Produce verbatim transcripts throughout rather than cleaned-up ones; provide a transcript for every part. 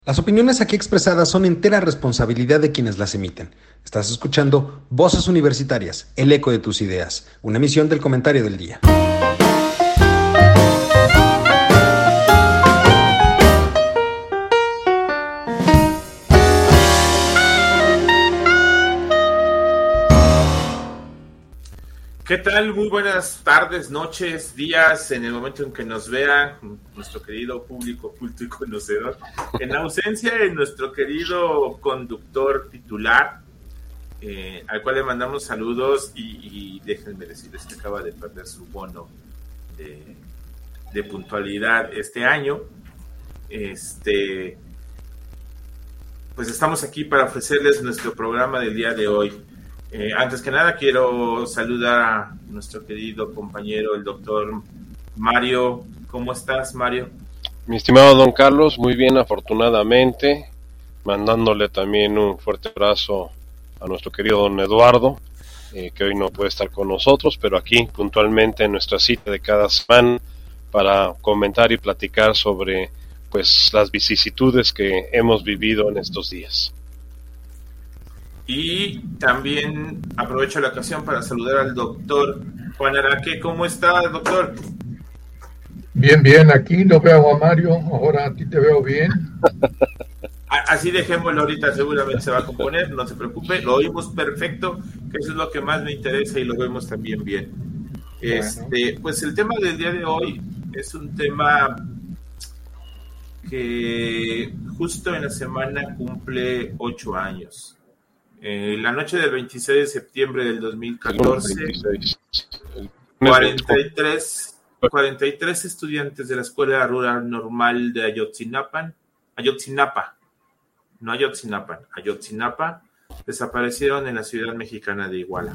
Las opiniones aquí expresadas son entera responsabilidad de quienes las emiten. Estás escuchando Voces Universitarias, el eco de tus ideas, una emisión del Comentario del Día. ¿Qué tal? Muy buenas tardes, noches, días, en el momento en que nos vea nuestro querido público culto y conocedor. En ausencia de nuestro querido conductor titular, eh, al cual le mandamos saludos y, y déjenme decirles que acaba de perder su bono de, de puntualidad este año. Este, pues estamos aquí para ofrecerles nuestro programa del día de hoy. Eh, antes que nada quiero saludar a nuestro querido compañero, el doctor Mario. ¿Cómo estás, Mario? Mi estimado don Carlos, muy bien, afortunadamente, mandándole también un fuerte abrazo a nuestro querido don Eduardo, eh, que hoy no puede estar con nosotros, pero aquí puntualmente en nuestra cita de cada semana para comentar y platicar sobre pues las vicisitudes que hemos vivido en estos días. Y también aprovecho la ocasión para saludar al doctor Juan Araque. ¿Cómo está, doctor? Bien, bien, aquí lo veo a Mario, ahora a ti te veo bien. Así dejémoslo ahorita, seguramente se va a componer, no se preocupe, lo oímos perfecto, que eso es lo que más me interesa y lo vemos también bien. Este, bueno. Pues el tema del día de hoy es un tema que justo en la semana cumple ocho años. Eh, la noche del veintiséis de septiembre del dos mil catorce, cuarenta y tres, cuarenta y tres estudiantes de la Escuela Rural Normal de Ayotzinapa, Ayotzinapa, no Ayotzinapa, Ayotzinapa, desaparecieron en la ciudad mexicana de Iguala.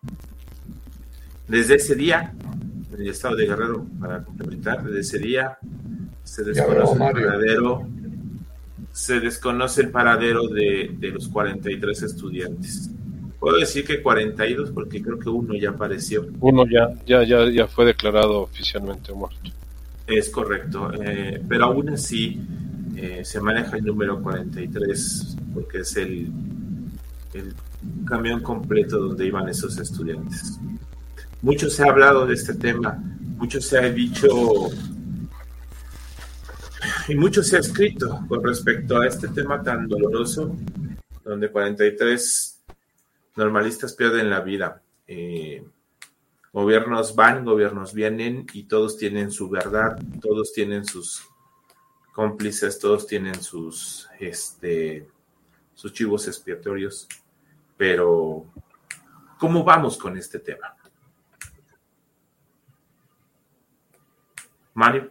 Desde ese día, en el estado de Guerrero, para complementar, desde ese día se desconoce el paradero. Se desconoce el paradero de, de los cuarenta y tres estudiantes. Puedo decir que cuarenta y dos porque creo que uno ya apareció. Uno ya ya ya, ya fue declarado oficialmente muerto. Es correcto, eh, pero aún así eh, se maneja el número cuarenta y tres porque es el, el camión completo donde iban esos estudiantes. Mucho se ha hablado de este tema, mucho se ha dicho y mucho se ha escrito con respecto a este tema tan doloroso, donde cuarenta y tres normalistas pierden la vida. Eh, gobiernos van, gobiernos vienen, y todos tienen su verdad, todos tienen sus cómplices, todos tienen sus, este, sus chivos expiatorios. Pero, ¿cómo vamos con este tema? Mario.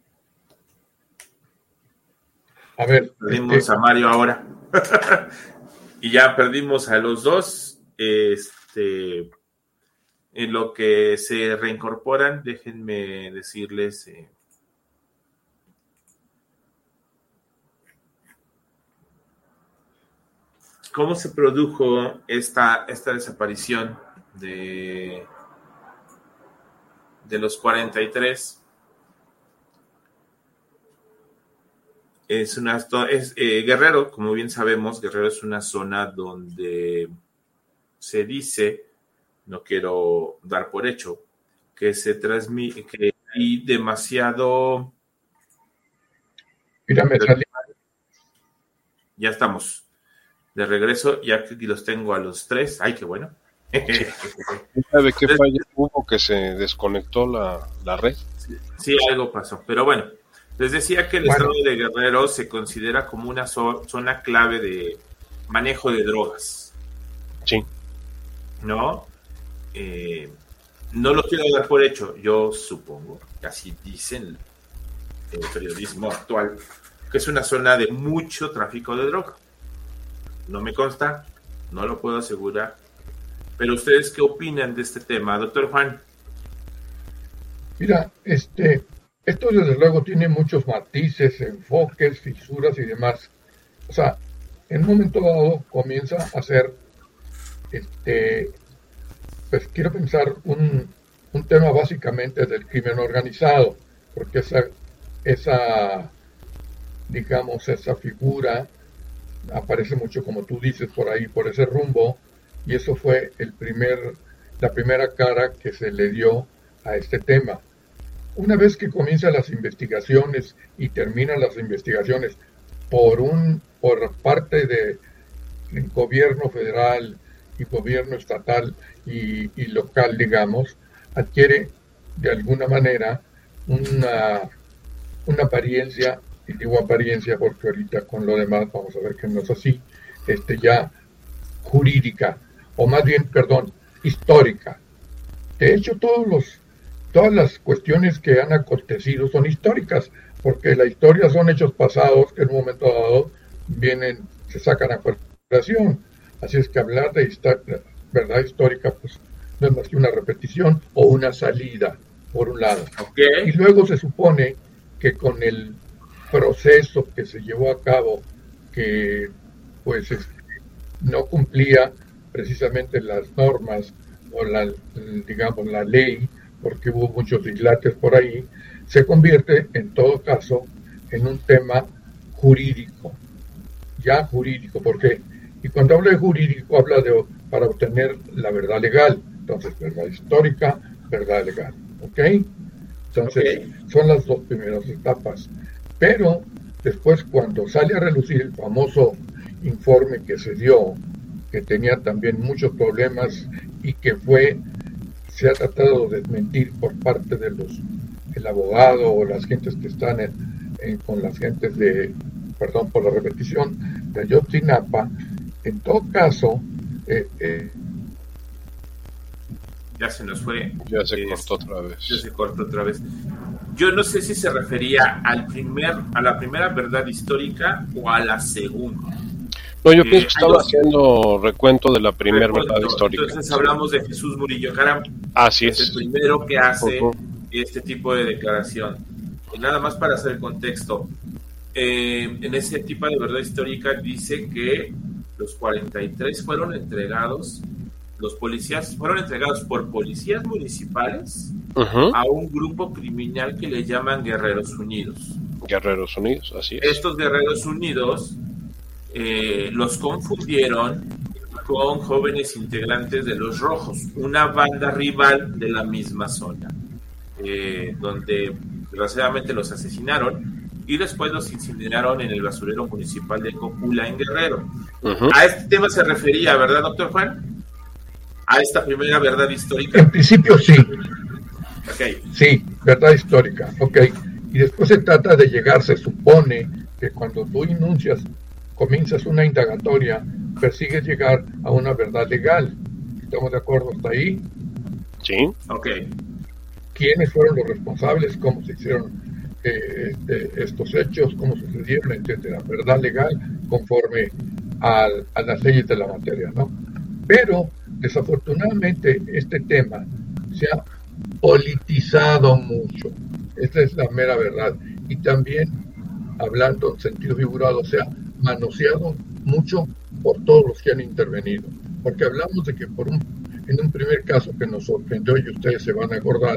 A ver, perdimos este... a Mario ahora y ya perdimos a los dos. Este, en lo que se reincorporan, déjenme decirles eh, cómo se produjo esta, esta desaparición de, de los cuarenta y tres. Es una es eh, Guerrero, como bien sabemos, Guerrero es una zona donde se dice, no quiero dar por hecho, que se transmite, que hay demasiado. Mira, me salí. Ya estamos de regreso, ya que los tengo a los tres. Ay, qué bueno. ¿Sabe qué falla hubo que se desconectó la, la red? Sí, sí, algo pasó, pero bueno. Les decía que el bueno. estado de Guerrero se considera como una zo- zona clave de manejo de drogas. Sí. ¿No? Eh, no lo quiero dar por hecho. Yo supongo, así dicen el periodismo actual, que es una zona de mucho tráfico de droga. No me consta, no lo puedo asegurar. Pero ¿ustedes qué opinan de este tema, doctor Juan? Mira, este... esto desde luego tiene muchos matices, enfoques, fisuras y demás. O sea, en un momento dado comienza a ser, este, pues quiero pensar, un, un tema básicamente del crimen organizado, porque esa, esa digamos, esa figura, aparece mucho, como tú dices, por ahí, por ese rumbo, y eso fue el primer, la primera cara que se le dio a este tema. Una vez que comienzan las investigaciones y terminan las investigaciones por un por parte de gobierno federal y gobierno estatal y, y local, digamos, adquiere de alguna manera una, una apariencia, y digo apariencia porque ahorita con lo demás vamos a ver que no es así, este ya jurídica, o más bien, perdón, histórica. De hecho, todos los, todas las cuestiones que han acontecido son históricas, porque la historia son hechos pasados que en un momento dado vienen, se sacan a colación. Así es que hablar de historia, verdad histórica, pues no es más que una repetición o una salida, por un lado. Okay. Y luego se supone que con el proceso que se llevó a cabo, que pues no cumplía precisamente las normas o la, digamos, la ley, porque hubo muchos dislates por ahí, se convierte en todo caso en un tema jurídico, ya jurídico, porque y cuando habla de jurídico habla de para obtener la verdad legal, entonces verdad histórica, verdad legal, ¿ok? Entonces okay. Son las dos primeras etapas, pero después cuando sale a relucir el famoso informe que se dio, que tenía también muchos problemas y que fue, se ha tratado de desmentir por parte de los, el abogado o las gentes que están en, en, con las gentes de, perdón por la repetición, de Ayotzinapa. En todo caso, eh, eh, ya se nos fue. Ya se eh, cortó otra vez. Ya se cortó otra vez. Yo no sé si se refería al primer, a la primera verdad histórica o a la segunda. No, yo eh, pienso que estaba haciendo recuento de la primera verdad histórica. Entonces hablamos de Jesús Murillo Caram. Así es. Es el primero que hace uh-huh. este tipo de declaración. Y nada más para hacer el contexto. Eh, en ese tipo de verdad histórica dice que los cuarenta y tres fueron entregados, los policías fueron entregados por policías municipales uh-huh. a un grupo criminal que le llaman Guerreros Unidos. Guerreros Unidos, así es. Estos Guerreros Unidos eh, los confundieron con jóvenes integrantes de Los Rojos, una banda rival de la misma zona, eh, donde desgraciadamente los asesinaron y después los incineraron en el basurero municipal de Copula, en Guerrero. Uh-huh. A este tema se refería, ¿verdad, doctor Juan? A esta primera verdad histórica. En principio sí. Okay. Sí, verdad histórica, ok. Y después se trata de llegar, se supone que cuando tú enuncias, comienzas una indagatoria, persigues llegar a una verdad legal. ¿Estamos de acuerdo hasta ahí? Sí. Ok. ¿Quiénes fueron los responsables? ¿Cómo se hicieron eh, eh, estos hechos? ¿Cómo sucedieron? Etcétera. Verdad legal conforme al, a las leyes de la materia, ¿no? Pero desafortunadamente este tema se ha politizado mucho. Esta es la mera verdad. Y también, hablando en sentido figurado, se ha manoseado mucho por todos los que han intervenido. Porque hablamos de que por un, en un primer caso que nos sorprendió, y ustedes se van a acordar,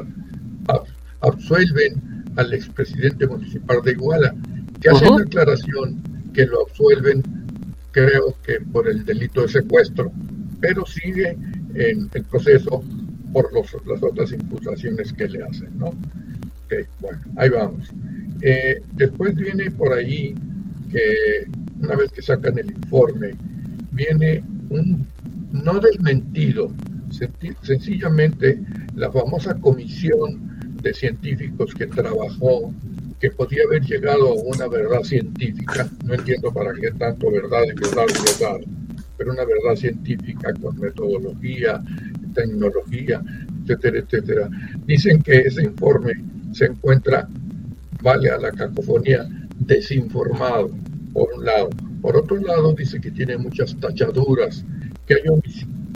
absuelven al expresidente municipal de Iguala, que hace uh-huh. una aclaración que lo absuelven, creo que por el delito de secuestro, pero sigue en el proceso por los, las otras imputaciones que le hacen, ¿no? Okay, bueno, ahí vamos. Eh, después viene por ahí que una vez que sacan el informe, viene un no desmentido, sencillamente la famosa comisión de científicos que trabajó, que podía haber llegado a una verdad científica, no entiendo para qué tanto verdad y verdad y verdad, pero una verdad científica con metodología, tecnología, etcétera, etcétera. Dicen que ese informe se encuentra, vale a la cacofonía, desinformado, por un lado. Por otro lado, dice que tiene muchas tachaduras, que hay un...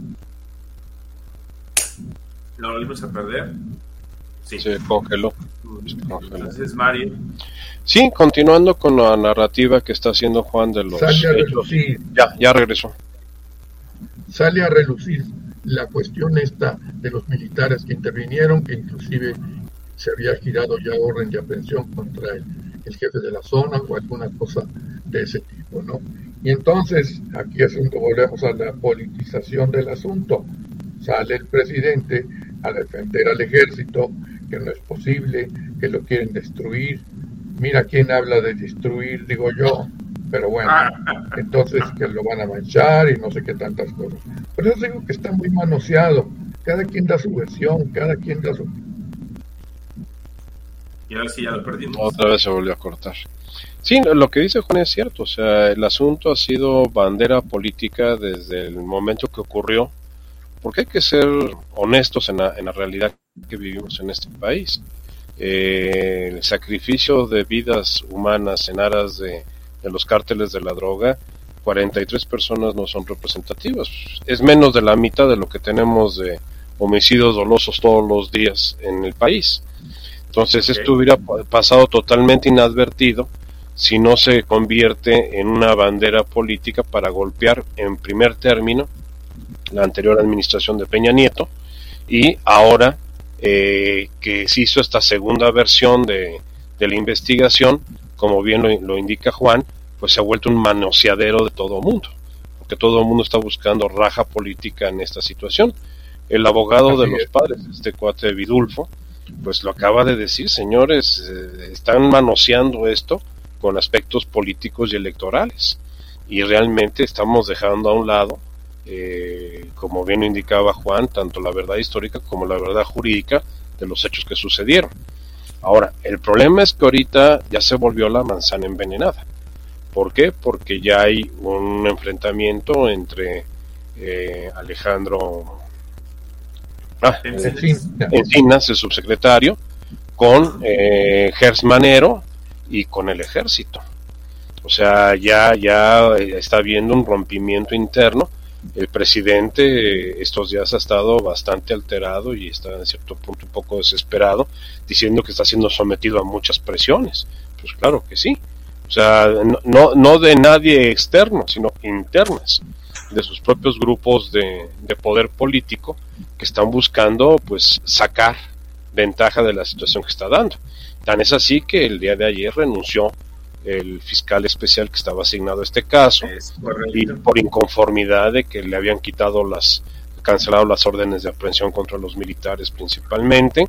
¿Lo volvimos a perder? Sí. Se congeló. Entonces, Mario. Sí, continuando con la narrativa que está haciendo Juan de los Sale a hechos. relucir. Ya, ya regresó. Sale a relucir la cuestión esta de los militares que intervinieron, que inclusive se había girado ya orden de aprehensión contra el, el jefe de la zona o alguna cosa de ese tipo, ¿no? Y entonces, aquí asunto, volvemos a la politización del asunto. Sale el presidente a defender al ejército, que no es posible, que lo quieren destruir. Mira quién habla de destruir, digo yo, pero bueno, entonces que lo van a manchar y no sé qué tantas cosas. Por eso digo que está muy manoseado. Cada quien da su versión, cada quien da su... Y ahora sí ya lo perdimos. Otra vez se volvió a cortar. Sí, lo que dice Juan es cierto, o sea, el asunto ha sido bandera política desde el momento que ocurrió, porque hay que ser honestos en la, en la realidad que vivimos en este país. Eh, el sacrificio de vidas humanas en aras de, de los cárteles de la droga, cuarenta y tres personas no son representativas, es menos de la mitad de lo que tenemos de homicidios dolosos todos los días en el país. Entonces okay. Esto hubiera pasado totalmente inadvertido si no se convierte en una bandera política para golpear en primer término la anterior administración de Peña Nieto, y ahora eh, que se hizo esta segunda versión de, de la investigación, como bien lo, lo indica Juan, pues se ha vuelto un manoseadero de todo el mundo, porque todo el mundo está buscando raja política en esta situación. El abogado Así de los es. padres, este cuate Vidulfo, pues lo acaba de decir, señores, eh, están manoseando esto con aspectos políticos y electorales, y realmente estamos dejando a un lado, eh, como bien lo indicaba Juan, tanto la verdad histórica como la verdad jurídica de los hechos que sucedieron. Ahora, el problema es que ahorita ya se volvió la manzana envenenada. ¿Por qué? Porque ya hay un enfrentamiento entre eh, Alejandro ah, Encinas. Encinas, el subsecretario, con eh, Gers Manero y con el ejército. O sea, ya, ya está habiendo un rompimiento interno. El presidente estos días ha estado bastante alterado y está en cierto punto un poco desesperado, diciendo que está siendo sometido a muchas presiones. Pues claro que sí. O sea, no, no, no de nadie externo, sino internas, de sus propios grupos de, de poder político que están buscando pues sacar ventaja de la situación que está dando. Tan es así que el día de ayer renunció el fiscal especial que estaba asignado a este caso, y por inconformidad de que le habían quitado las, cancelado las órdenes de aprehensión contra los militares principalmente.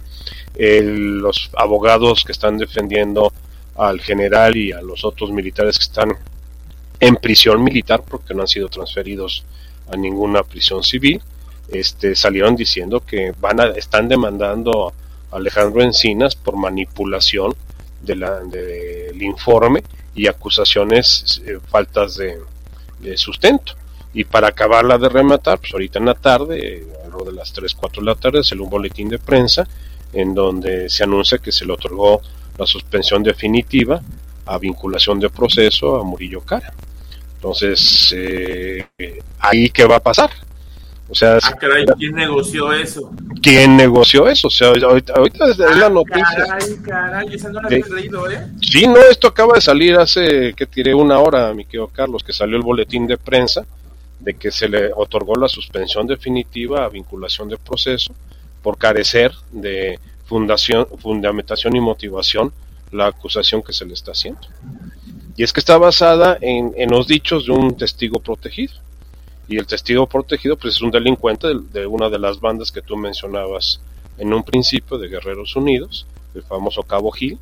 El, los abogados que están defendiendo al general y a los otros militares que están en prisión militar porque no han sido transferidos a ninguna prisión civil, este, salieron diciendo que van a, están demandando a Alejandro Encinas por manipulación de la, de, del informe y acusaciones eh, faltas de, de sustento. Y para acabarla de rematar, pues ahorita en la tarde, eh, algo de las tres, cuatro de la tarde, salió un boletín de prensa en donde se anuncia que se le otorgó la suspensión definitiva a vinculación de proceso a Murillo Karam. Entonces, eh, ¿ahí qué va a pasar? O sea, ah, caray, ¿quién negoció eso? ¿Quién negoció eso? O sea, ahorita, ahorita es ah, la noticia. Caray, caray, esa no la había leído, ¿eh? Sí, no, esto acaba de salir hace, que tiré una hora, mi querido Carlos, que salió el boletín de prensa de que se le otorgó la suspensión definitiva a vinculación de proceso por carecer de fundación, fundamentación y motivación la acusación que se le está haciendo. Y es que está basada en, en los dichos de un testigo protegido. Y el testigo protegido pues es un delincuente de, de una de las bandas que tú mencionabas en un principio, de Guerreros Unidos, el famoso Cabo Gil,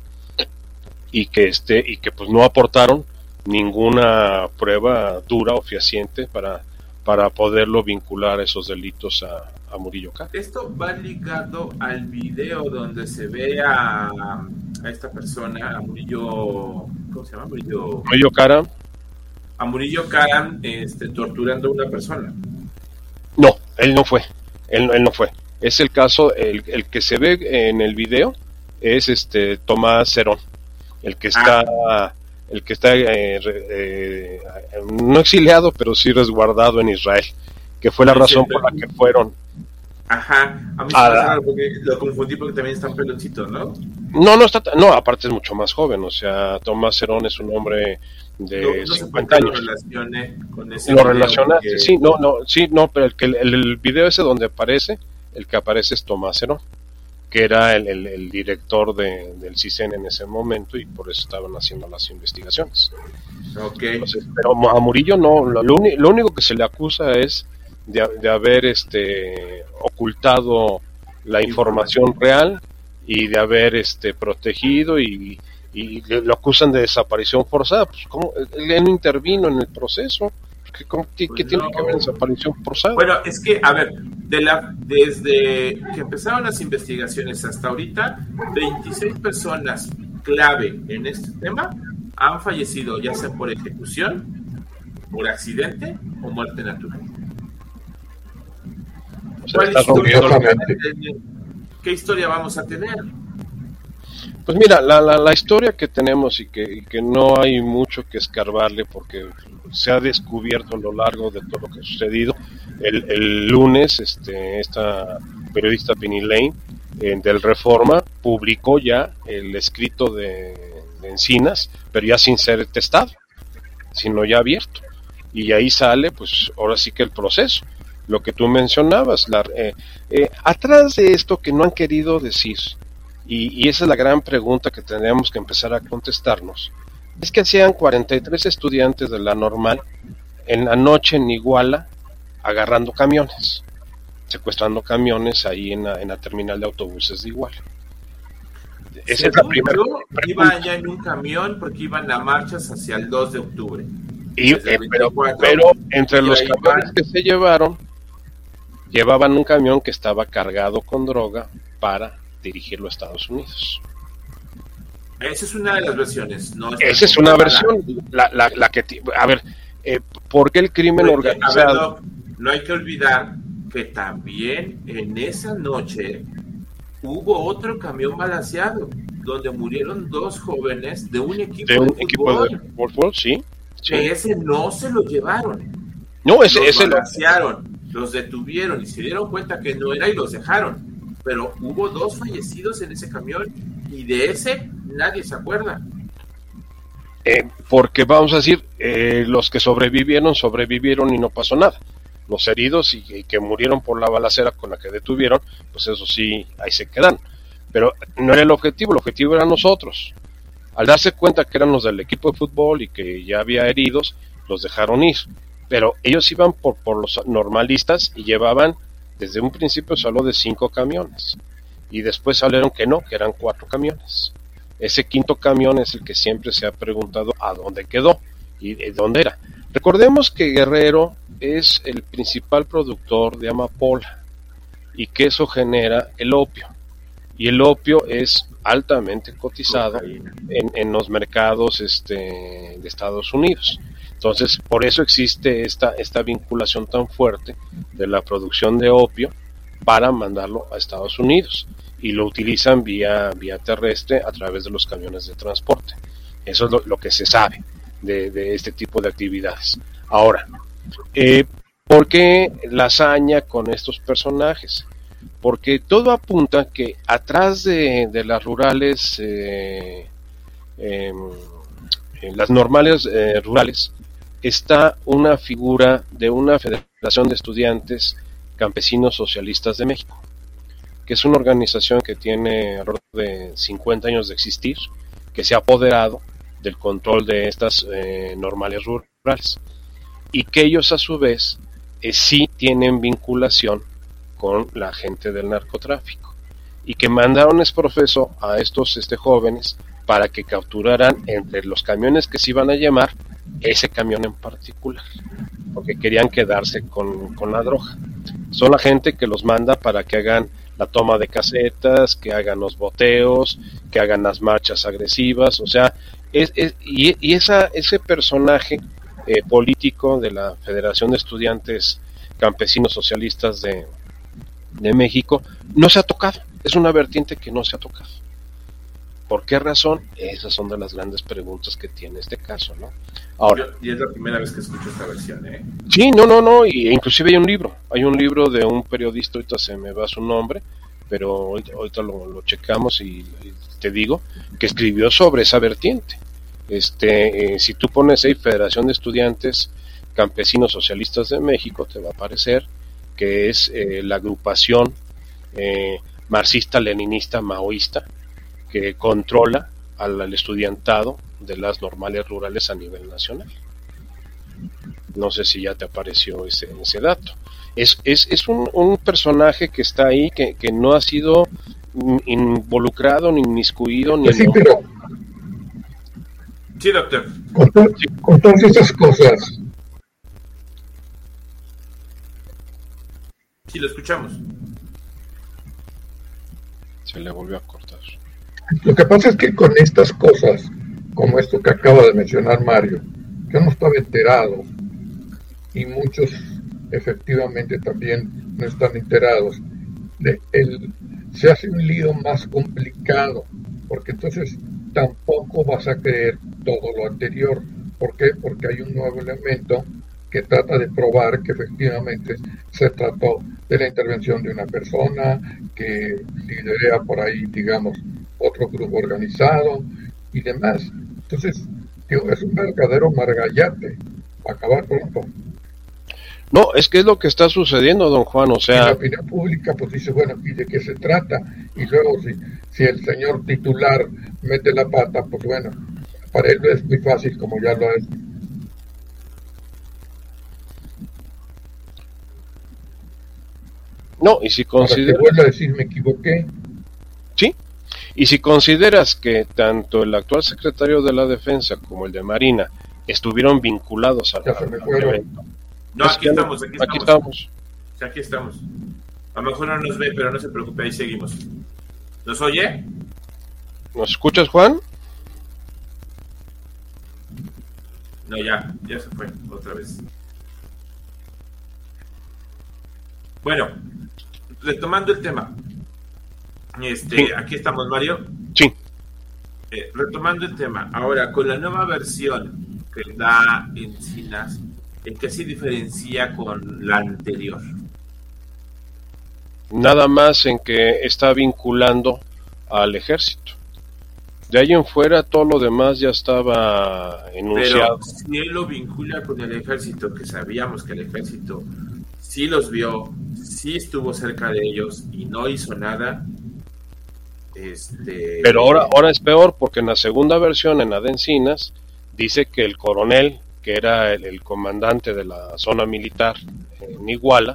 y que este y que pues no aportaron ninguna prueba dura o fehaciente para para poderlo vincular a esos delitos a, a Murillo Karam. Esto va ligado al video donde se ve a, a esta persona, a Murillo, ¿cómo se llama? Murillo, Murillo Karam. A Murillo Karam este, torturando a una persona. No, él no fue, él, él no fue. Es el caso, el, el que se ve en el video es este Tomás Cerón, el que está... Ah. el que está eh, eh, no exiliado, pero sí resguardado en Israel, que fue la razón por la que fueron. Ajá, a mí se me hace raro porque lo confundí porque también está peloncito, ¿no? No, no está, no, aparte es mucho más joven, o sea, Tomás Cerón es un hombre de no, no cincuenta años. Lo relacioné con ese lo relacionaste, porque... sí, no, no, sí, no, pero el que el, el video ese donde aparece, el que aparece es Tomás Cerón. que era el, el, el director de, del CISEN en ese momento, y por eso estaban haciendo las investigaciones. Okay. Entonces, pero a Murillo no, lo, lo, lo único que se le acusa es de, de haber este ocultado la información real y de haber este protegido, y, y lo acusan de desaparición forzada. Pues cómo él no intervino en el proceso. ¿Qué, cómo, qué, pues ¿qué tiene no. que ver desaparición forzada? Bueno, es que, a ver, de la, desde que empezaron las investigaciones hasta ahorita, veintiséis personas clave en este tema han fallecido, ya sea por ejecución, por accidente o muerte natural. O sea, está ¿Qué historia vamos a tener? Pues mira, la, la, la historia que tenemos y que, y que no hay mucho que escarbarle, porque se ha descubierto a lo largo de todo lo que ha sucedido. El, el lunes, este, esta periodista Penny Lane eh, del Reforma publicó ya el escrito de, de Encinas, pero ya sin ser testado, sino ya abierto. Y ahí sale, pues ahora sí que el proceso, lo que tú mencionabas, la, eh, eh, atrás de esto que no han querido decir. Y, y esa es la gran pregunta que tenemos que empezar a contestarnos. Es que hacían cuarenta y tres estudiantes de la normal en la noche en Iguala agarrando camiones, secuestrando camiones ahí en la, en la terminal de autobuses de Iguala. Esa es la primera pregunta. Iban ya en un camión porque iban a marchas hacia el dos de octubre. Y, eh, pero, pero entre los camiones van. que se llevaron, llevaban un camión que estaba cargado con droga para dirigirlo a Estados Unidos. Esa es una de las versiones. No Esa es una versión. La, la, la que, a ver, eh, ¿por qué el crimen Porque, organizado? Ver, no, no hay que olvidar que también en esa noche hubo otro camión balanceado donde murieron dos jóvenes de un equipo de, un de equipo fútbol. de fútbol, sí, sí. Que ese no se lo llevaron. No, ese, los ese balancearon, lo... los detuvieron y se dieron cuenta que no era y los dejaron. Pero hubo dos fallecidos en ese camión y de ese nadie se acuerda. Eh, porque vamos a decir, eh, los que sobrevivieron, sobrevivieron y no pasó nada. Los heridos y, y que murieron por la balacera con la que detuvieron, pues eso sí, ahí se quedan. Pero no era el objetivo, el objetivo era nosotros. Al darse cuenta que eran los del equipo de fútbol y que ya había heridos, los dejaron ir. Pero ellos iban por, por los normalistas y llevaban, desde un principio se habló de cinco camiones. Y después salieron que no, que eran cuatro camiones. Ese quinto camión es el que siempre se ha preguntado a dónde quedó y de dónde era. Recordemos que Guerrero es el principal productor de amapola y que eso genera el opio. Y el opio es altamente cotizado en, en los mercados este, de Estados Unidos. Entonces, por eso existe esta, esta vinculación tan fuerte de la producción de opio para mandarlo a Estados Unidos. Y lo utilizan vía, vía terrestre a través de los camiones de transporte. Eso es lo, lo que se sabe de, de este tipo de actividades. Ahora, eh, ¿por qué la hazaña con estos personajes? Porque todo apunta que atrás de, de las rurales, eh, eh, las normales eh, rurales, está una figura de una Federación de Estudiantes Campesinos Socialistas de México, que es una organización que tiene alrededor de cincuenta años de existir, que se ha apoderado del control de estas eh, normales rurales, y que ellos a su vez eh, sí tienen vinculación con la gente del narcotráfico, y que mandaron exprofeso a estos este, jóvenes para que capturaran entre los camiones que se iban a llevar ese camión en particular, porque querían quedarse con, con la droga. Son la gente que los manda para que hagan la toma de casetas, que hagan los boteos, que hagan las marchas agresivas, o sea, es, es, y, y esa, ese personaje eh, político de la Federación de Estudiantes Campesinos Socialistas de, de México no se ha tocado, es una vertiente que no se ha tocado. ¿Por qué razón? Esas son de las grandes preguntas que tiene este caso, ¿no? Ahora, y es la primera vez que escucho esta versión, ¿eh? Sí, no, no, no, y inclusive hay un libro, hay un libro de un periodista, ahorita se me va su nombre, pero ahorita, ahorita lo, lo checamos y, y te digo, que escribió sobre esa vertiente. Este, eh, si tú pones ahí Federación de Estudiantes Campesinos Socialistas de México, te va a aparecer que es eh, la agrupación eh, marxista, leninista, maoísta, que controla al, al estudiantado de las normales rurales a nivel nacional. No sé si ya te apareció ese, ese dato. Es, es, es un, un personaje que está ahí, que, que no ha sido involucrado, ni inmiscuido, ni... Sí, pero... Sí, doctor. Con, to- con todas esas cosas... Sí, lo escuchamos. Se le volvió a cortar. Lo que pasa es que con estas cosas, como esto que acaba de mencionar Mario, yo no estaba enterado, y muchos efectivamente también no están enterados, de el, se hace un lío más complicado, porque entonces tampoco vas a creer todo lo anterior. ¿Por qué? Porque hay un nuevo elemento que trata de probar que efectivamente se trató de la intervención de una persona que lidera por ahí, digamos, otro grupo organizado y demás. Entonces, digo, es un verdadero margallate, acabar pronto. No, es que es lo que está sucediendo, don Juan, o sea... Y la opinión pública pues dice, bueno, ¿y de qué se trata? Y luego si, si el señor titular mete la pata, pues bueno, para él es muy fácil, como ya lo es. No, y si consideras... Ahora te vuelvo a decir, me equivoqué. Sí, y si consideras que tanto el actual secretario de la Defensa como el de Marina estuvieron vinculados al, Ya se me al fueron. evento... No, aquí estamos, aquí estamos. Aquí estamos. Sí, aquí estamos. A lo mejor no nos ve, pero no se preocupe, ahí seguimos. ¿Nos oye? ¿Nos escuchas, Juan? No, ya, ya se fue otra vez. Bueno, retomando el tema. Este, Sí. Aquí estamos, Mario. Sí. Eh, retomando el tema. Ahora, con la nueva versión que da Encinas, ¿en qué se diferencia con la anterior? Nada más en que está vinculando al ejército. De ahí en fuera todo lo demás ya estaba enunciado. Pero si él lo vincula con el ejército, que sabíamos que el ejército sí los vio, sí estuvo cerca de ellos y no hizo nada. Este... Pero ahora, ahora es peor, porque en la segunda versión, en la de Encinas, dice que el coronel, que era el, el comandante de la zona militar en Iguala,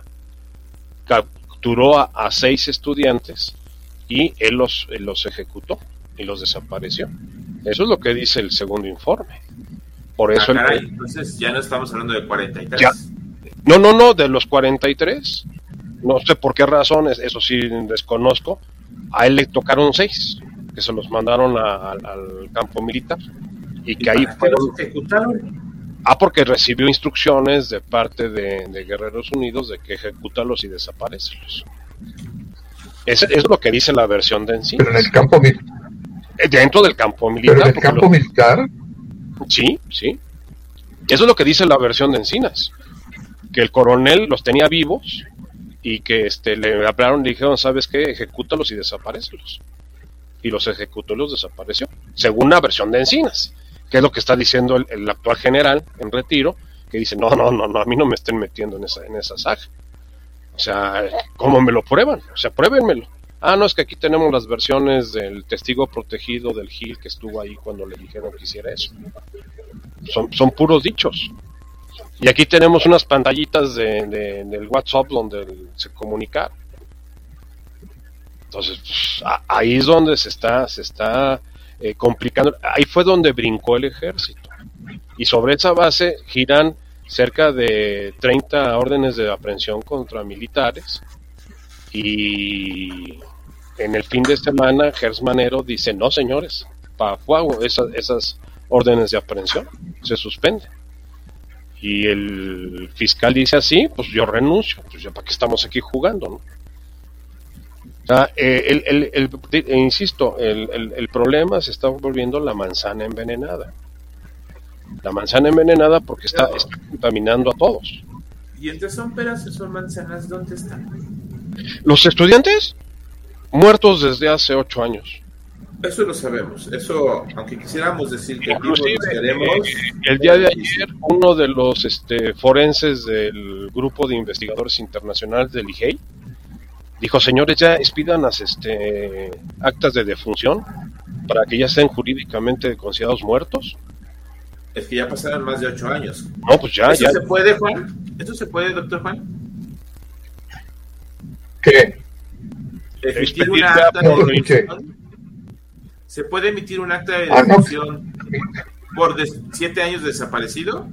capturó a, a seis estudiantes y él los, él los ejecutó y los desapareció. Eso es lo que dice el segundo informe. Por eso ah, caray, el, entonces ya no estamos hablando de cuarenta y tres. Ya. No, no, no, de los cuarenta y tres. No sé por qué razones, eso sí desconozco. A él le tocaron seis, que se los mandaron a, a, al campo militar. Y que ¿Y ahí para qué fueron... los ejecutaron? Ah, porque recibió instrucciones de parte de, de Guerreros Unidos de que ejecútalos y desaparécelos. Eso es lo que dice la versión de Encinas. Pero en el campo militar. Dentro del campo militar. Pero en el campo lo... militar. Sí, sí. Eso es lo que dice la versión de Encinas. Que el coronel los tenía vivos y que este le hablaron, le dijeron, ¿sabes qué? Ejecútalos y desaparécelos. Y los ejecutó y los desapareció. Según la versión de Encinas, que es lo que está diciendo el, el actual general en retiro, que dice, no, no, no, no, a mí no me estén metiendo en esa, en esa saga. O sea, ¿cómo me lo prueban? O sea, pruébenmelo. Ah, no, es que aquí tenemos las versiones del testigo protegido del Gil que estuvo ahí cuando le dijeron que hiciera eso. Son, son puros dichos. Y aquí tenemos unas pantallitas de, de, del WhatsApp donde se comunicaron. Entonces, pues, a, ahí es donde se está, se está eh, complicando. Ahí fue donde brincó el ejército. Y sobre esa base giran cerca de treinta órdenes de aprehensión contra militares. Y en el fin de semana, Gers Manero dice, no señores, para fuego, esas, esas órdenes de aprehensión se suspenden. Y el fiscal dice así, pues yo renuncio, pues ya para qué estamos aquí jugando, ¿no? O sea, eh, el, el, el, el, insisto, el, el, el problema se está volviendo la manzana envenenada. La manzana envenenada porque está, está contaminando a todos. ¿Y entre son peras y son manzanas, dónde están? Los estudiantes muertos desde hace ocho años. Eso lo sabemos. Eso, aunque quisiéramos decir que inclusive nos queremos, eh, el día de ayer uno de los este, forenses del grupo de investigadores internacionales del I G E I Dijo, señores, ya expidan las este, actas de defunción para que ya sean jurídicamente considerados muertos. Es que ya pasaron más de ocho años. No, pues ya, ¿Eso ya. se puede, Juan? ¿Esto se puede, doctor Juan? ¿Qué? Emitir una acta de defunción. ¿Se puede emitir un acta de defunción ah, no. por de siete años desaparecido?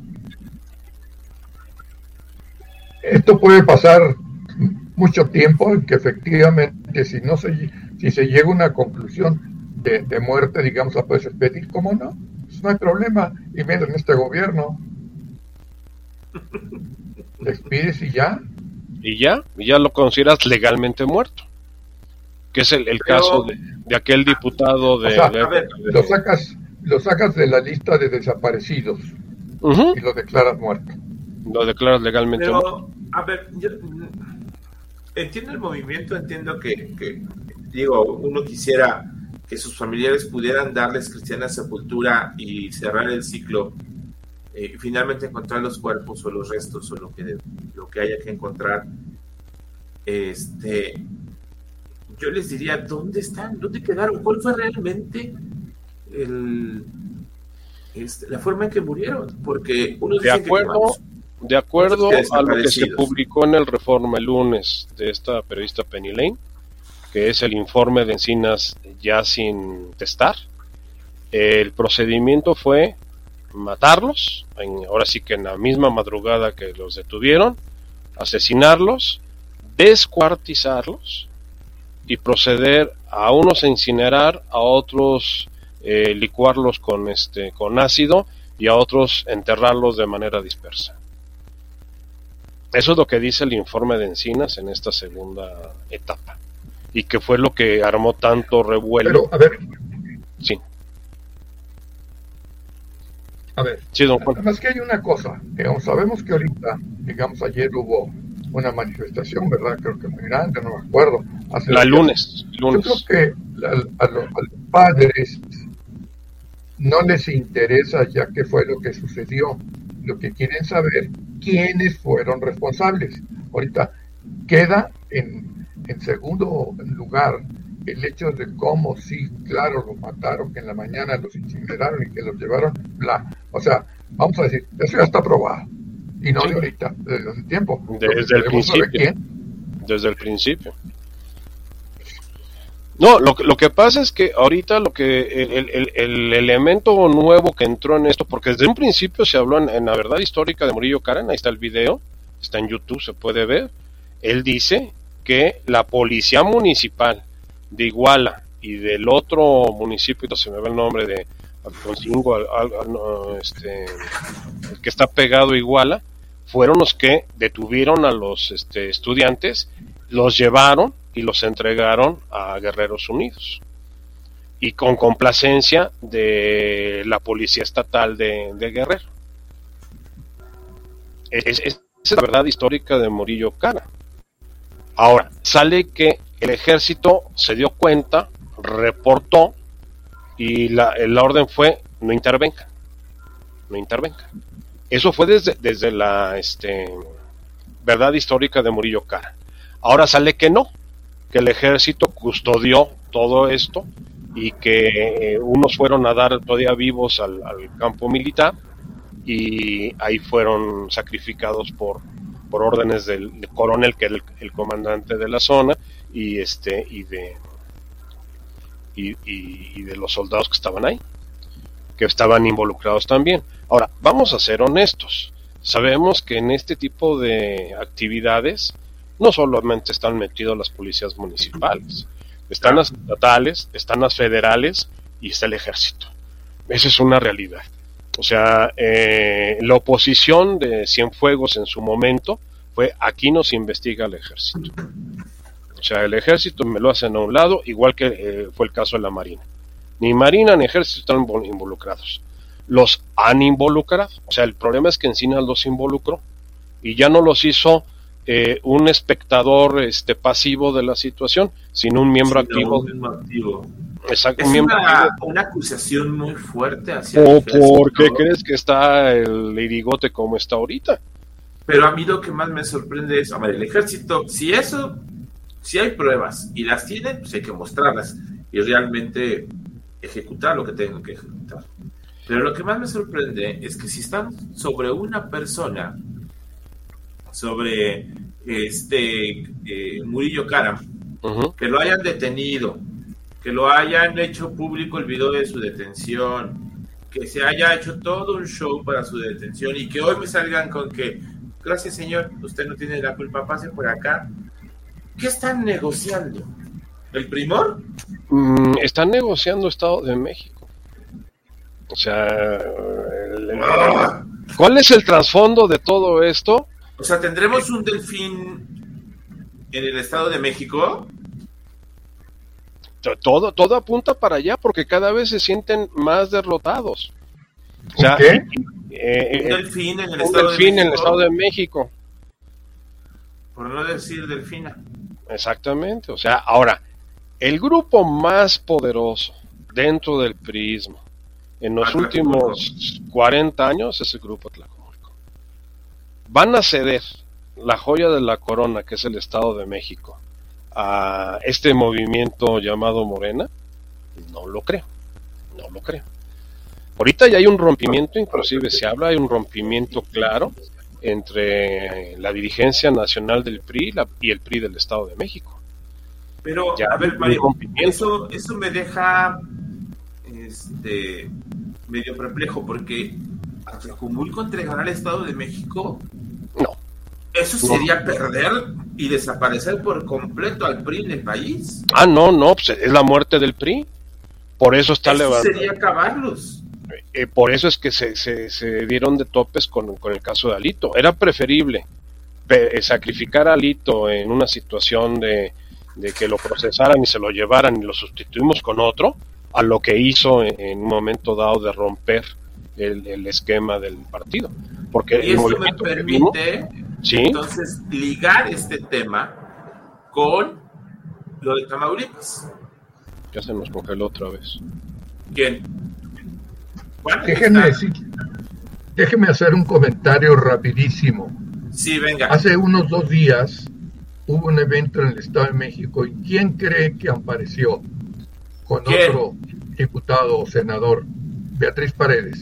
Esto puede pasar mucho tiempo en que efectivamente si no se si se llega a una conclusión de, de muerte, digamos, la puedes expedir, ¿cómo no? Pues no hay problema, y menos en este gobierno. Le expides y ya. Y ya, y ya lo consideras legalmente muerto. Que es el, el Pero, caso de, de aquel diputado de... O sea, de, a ver, de lo sacas lo sacas de la lista de desaparecidos uh-huh. y lo declaras muerto. Lo declaras legalmente Pero, muerto. A ver, yo entiendo el movimiento, entiendo que, que, digo, uno quisiera que sus familiares pudieran darles cristiana sepultura y cerrar el ciclo y eh, finalmente encontrar los cuerpos o los restos o lo que, lo que haya que encontrar. Este... Yo les diría, ¿dónde están? ¿Dónde quedaron? ¿Cuál fue realmente el, este, la forma en que murieron? Porque uno de acuerdo, que de acuerdo a lo que se publicó en el Reforma el lunes de esta periodista Penny Lane, que es el informe de Encinas ya sin testar, el procedimiento fue matarlos, en, ahora sí que en la misma madrugada que los detuvieron, asesinarlos, descuartizarlos y proceder a unos a incinerar, a otros eh, licuarlos con este con ácido y a otros enterrarlos de manera dispersa. Eso es lo que dice el informe de Encinas en esta segunda etapa y que fue lo que armó tanto revuelo. Pero, a ver. Sí. A ver. Sí, don Juan. Además que hay una cosa, digamos, sabemos que ahorita, digamos, ayer hubo una manifestación, ¿verdad? Creo que muy grande, no me acuerdo. Hace la lunes, lunes. Yo creo que a, a, los, a los padres no les interesa ya qué fue lo que sucedió. Lo que quieren saber, quiénes fueron responsables. Ahorita queda en, en segundo lugar el hecho de cómo sí, claro, los mataron, que en la mañana los incineraron y que los llevaron, bla. O sea, vamos a decir, eso ya está probado. Y no sí. de ahorita, desde hace tiempo. Desde el principio. Desde el principio. No, lo, lo que pasa es que ahorita lo que el, el, el elemento nuevo que entró en esto, porque desde un principio se habló en, en la verdad histórica de Murillo Karam, ahí está el video, está en YouTube, se puede ver. Él dice que la policía municipal de Iguala y del otro municipio, no se me va el nombre de Alfonsingo, al, al, al, no, este, el que está pegado a Iguala, fueron los que detuvieron a los este, estudiantes, los llevaron y los entregaron a Guerreros Unidos. Y con complacencia de la Policía Estatal de, de Guerrero. Es, es, es la verdad histórica de Murillo Karam. Ahora, sale que el ejército se dio cuenta, reportó, y la, la orden fue, no intervengan. No intervengan. Eso fue desde, desde la este, verdad histórica de Murillo Karam. Ahora sale que no, que el ejército custodió todo esto y que eh, unos fueron a dar todavía vivos al, al campo militar y ahí fueron sacrificados por, por órdenes del, del coronel, que era el, el comandante de la zona, y este y de y, y, y de los soldados que estaban ahí, que estaban involucrados también. Ahora, vamos a ser honestos. Sabemos que en este tipo de actividades no solamente están metidos las policías municipales, están las estatales, están las federales y está el ejército. Esa es una realidad. O sea, eh, la oposición de Cienfuegos en su momento fue: aquí no se investiga el ejército. O sea, el ejército me lo hacen a un lado, igual que eh, fue el caso de la Marina. Ni Marina ni ejército están involucrados. Los han involucrado. O sea, el problema es que Encinas los involucró y ya no los hizo eh, un espectador este pasivo de la situación, sino un miembro sí, activo. Un activo. Exacto, es un miembro una, activo. una acusación muy fuerte hacia ¿O por qué crees que está el irigote como está ahorita? Pero a mí lo que más me sorprende es, a ver, el ejército, si eso Si hay pruebas y las tienen, pues hay que mostrarlas y realmente ejecutar lo que tengan que ejecutar. Pero lo que más me sorprende es que si están sobre una persona, sobre este eh, Murillo Karam, uh-huh. que lo hayan detenido, que lo hayan hecho público el video de su detención, que se haya hecho todo un show para su detención y que hoy me salgan con que, gracias señor, usted no tiene la culpa, pase por acá. ¿Qué están negociando? ¿El primor? Mm, están negociando Estado de México. O sea, el, el, ¡Ah! ¿cuál es el trasfondo de todo esto? O sea, ¿tendremos un delfín en el Estado de México? Todo, todo apunta para allá porque cada vez se sienten más derrotados. O sea, ¿qué? Eh, un delfín en el, un Estado, delfín de en el Estado de México. Por no decir delfina. Exactamente. O sea, ahora, el grupo más poderoso dentro del priismo en los Tlacomulco. últimos cuarenta años es el grupo Tlacomulco. Van a ceder la joya de la corona, que es el Estado de México, a este movimiento llamado Morena. No lo creo, no lo creo. Ahorita ya hay un rompimiento, inclusive se habla de un rompimiento claro entre la dirigencia nacional del P R I la, y el P R I del Estado de México. Pero, ya a ver, Mario, eso, eso me deja este, medio perplejo, porque ¿Tlacomulco entregará al Estado de México? No. ¿Eso sería no. perder y desaparecer por completo al P R I en el país? Ah, no, no, pues es la muerte del P R I. Por eso está levantando. Eso sería acabarlos. Eh, por eso es que se, se, se dieron de topes con, con el caso de Alito. Era preferible pe- sacrificar a Alito en una situación de, de que lo procesaran y se lo llevaran y lo sustituimos con otro, a lo que hizo en, en un momento dado de romper el, el esquema del partido. Porque y el eso me permite vimos, ¿sí? entonces ligar este tema con lo de Tamaulipas. Ya se nos congeló otra vez. ¿Quién? Déjenme decir, déjenme hacer un comentario rapidísimo. Sí, venga. Hace unos dos días hubo un evento en el Estado de México y ¿quién cree que apareció con ¿Quién? otro diputado o senador? Beatriz Paredes.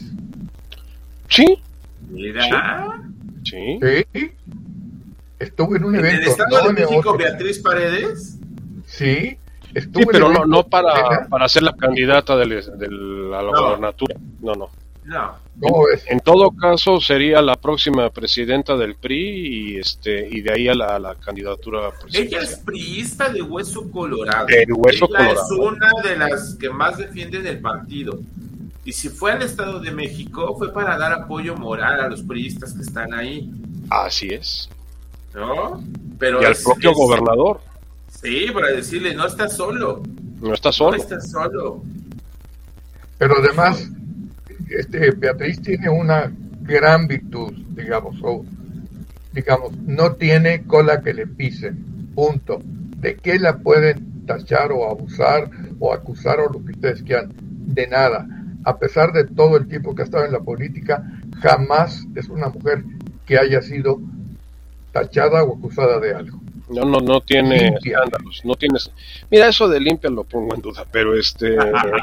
Sí. Mira. Sí. Sí. Estuvo en un ¿En evento. el Estado no de México otro. Beatriz Paredes? Sí. Estuvo Sí, pero no, no para, ¿verdad? para ser la candidata del, del, a la No. gobernatura. No, no. No. ¿Cómo ves? En todo caso sería la próxima presidenta del P R I y este y de ahí a la, a la candidatura presidencial. Ella es priista de hueso colorado. De hueso Ella colorado. es una de las que más defienden el partido. Y si fue al Estado de México fue para dar apoyo moral a los priistas que están ahí, Así es. ¿no? Pero Y al es- propio es- gobernador. Sí, para decirle, no estás solo. No está No solo. estás solo. Pero además, este, Beatriz tiene una gran virtud, digamos, o digamos, no tiene cola que le pisen, punto. ¿De qué la pueden tachar o abusar o acusar o lo que ustedes quieran? De nada. A pesar de todo el tiempo que ha estado en la política, jamás es una mujer que haya sido tachada o acusada de algo. No, no, no tiene Limpia. escándalos. No tienes. Mira, eso de limpia lo pongo en duda, pero este.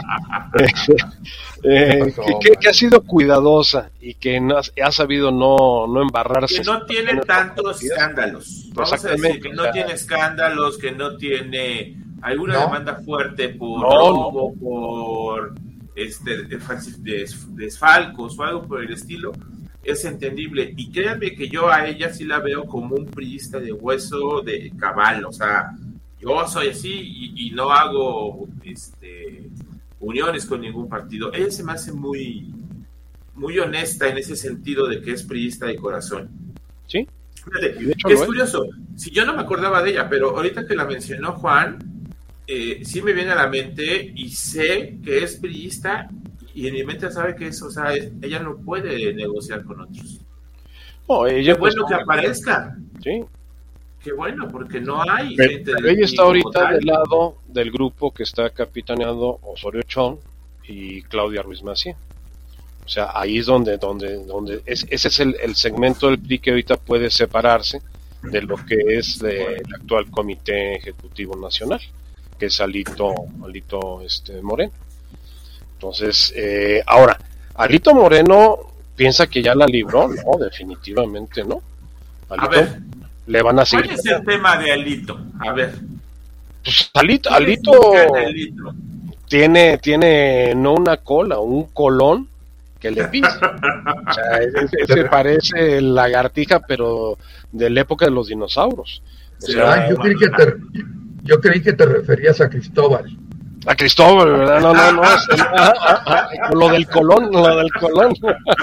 eh, pasó, que, que- que ha sido cuidadosa y que no ha, ha sabido no, no embarrarse. Que no tiene tantos escándalos. Vamos a decir Exactamente, que no o sea, tiene escándalos, que no tiene alguna No. demanda fuerte por No, robo, por este de- des- desfalcos o algo por el estilo. Es entendible. Y créanme que yo a ella sí la veo como un priista de hueso de cabal. O sea, yo soy así y, y no hago este uniones con ningún partido. Ella se me hace muy, muy honesta en ese sentido de que es priista de corazón. Sí. Fíjate, Y de hecho que es lo es. curioso, si yo no me acordaba de ella, pero ahorita que la mencionó Juan, eh, sí me viene a la mente y sé que es priista y en mi mente sabe que es, o sea, es- ella no puede negociar con otros. No, ella Qué bueno pues, que aparezca, sí. qué bueno, porque no hay Pero, gente pero del ella P R I está como ahorita tal. del lado del grupo que está capitaneando Osorio Chong y Claudia Ruiz Massieu. O sea, ahí es donde, donde, donde es, ese es el, el segmento del P R I que ahorita puede separarse de lo que es de, el actual Comité Ejecutivo Nacional, que es Alito, Alito este, Moreno. Entonces, eh, ahora, Alito Moreno piensa que ya la libró, no, definitivamente no. Alito, a ver, le van a seguir. ¿cuál es el tema de Alito? A ver. Pues Alito, Alito tiene, tiene no una cola, un colón que le pisa. O sea, se parece lagartija, pero de la época de los dinosaurios. O sea, ah, yo, creí que te, yo creí que te referías a Cristóbal. A Cristóbal, ¿verdad? No, no, no. Es el, ah, ah, ah, lo del colón, lo del colón.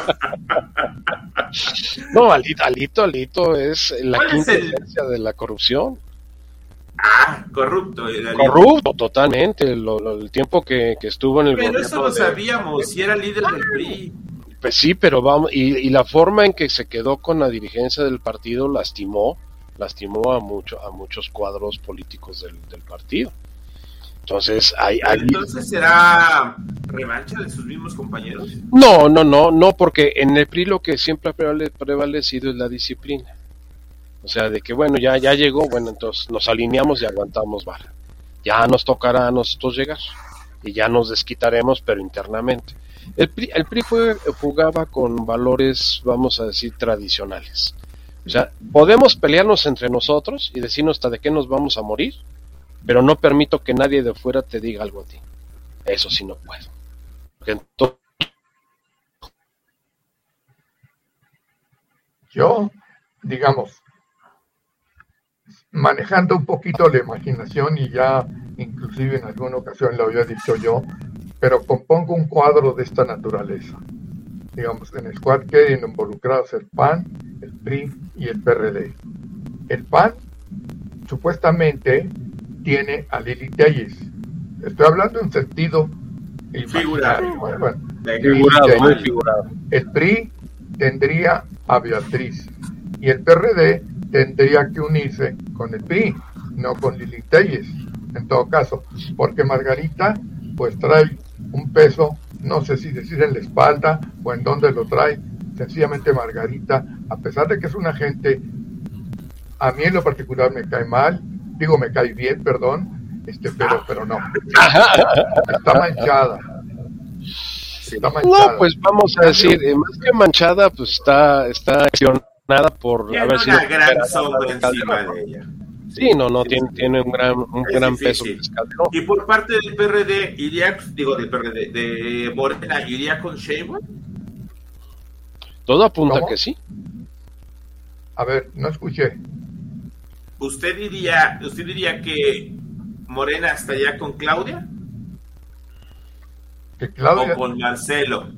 No, Alito, Alito, Alito es la quinta esencia de la corrupción. Ah, corrupto. Corrupto, totalmente. Lo, lo, el tiempo que, que estuvo en el pero gobierno. Pero eso lo de... sabíamos, si era líder del P R I. Pues sí, pero vamos, y, y la forma en que se quedó con la dirigencia del partido lastimó, lastimó a mucho, a muchos cuadros políticos del, del partido. Entonces, hay, hay... ¿Entonces será revancha de sus mismos compañeros? No, no, no, no, porque en el P R I lo que siempre ha prevalecido es la disciplina. O sea, de que bueno, ya, ya llegó, bueno, entonces nos alineamos y aguantamos vara. Ya nos tocará a nosotros llegar y ya nos desquitaremos, pero internamente. El P R I, el P R I fue, jugaba con valores, vamos a decir, tradicionales. O sea, podemos pelearnos entre nosotros y decirnos hasta de qué nos vamos a morir, pero no permito que nadie de fuera te diga algo a ti. Eso sí no puedo. Porque entonces... Yo, digamos, manejando un poquito la imaginación, y ya inclusive en alguna ocasión lo había dicho yo, pero compongo un cuadro de esta naturaleza, digamos, en el cual queden involucrados el P A N, el P R I y el P R D. El P A N supuestamente tiene a Lili Telles. Estoy hablando en sentido figurado. Bueno, bueno, figurado, muy figurado. El P R I tendría a Beatriz y el P R D tendría que unirse con el P R I, no con Lili Telles, en todo caso, porque Margarita pues trae un peso, no sé si decir en la espalda o en dónde lo trae. Sencillamente Margarita, a pesar de que es una gente, a mí en lo particular me cae mal, digo me cae bien, perdón, este, pero, pero no, está manchada. Está manchada. No, pues vamos a decir, eh, más que manchada, pues está, está accionada por tiene haber una sido gran sombra encima de ella. Sí, no, no, tiene, tiene un gran, un gran peso. ¿No? Y por parte del P R D, iría, digo, del P R D, de Morena, ¿iría con Sheinbaum? Todo apunta ¿Cómo? Que sí. A ver, no escuché. ¿Usted diría, usted diría que Morena estaría con Claudia? Que Claudia... ¿O con Marcelo?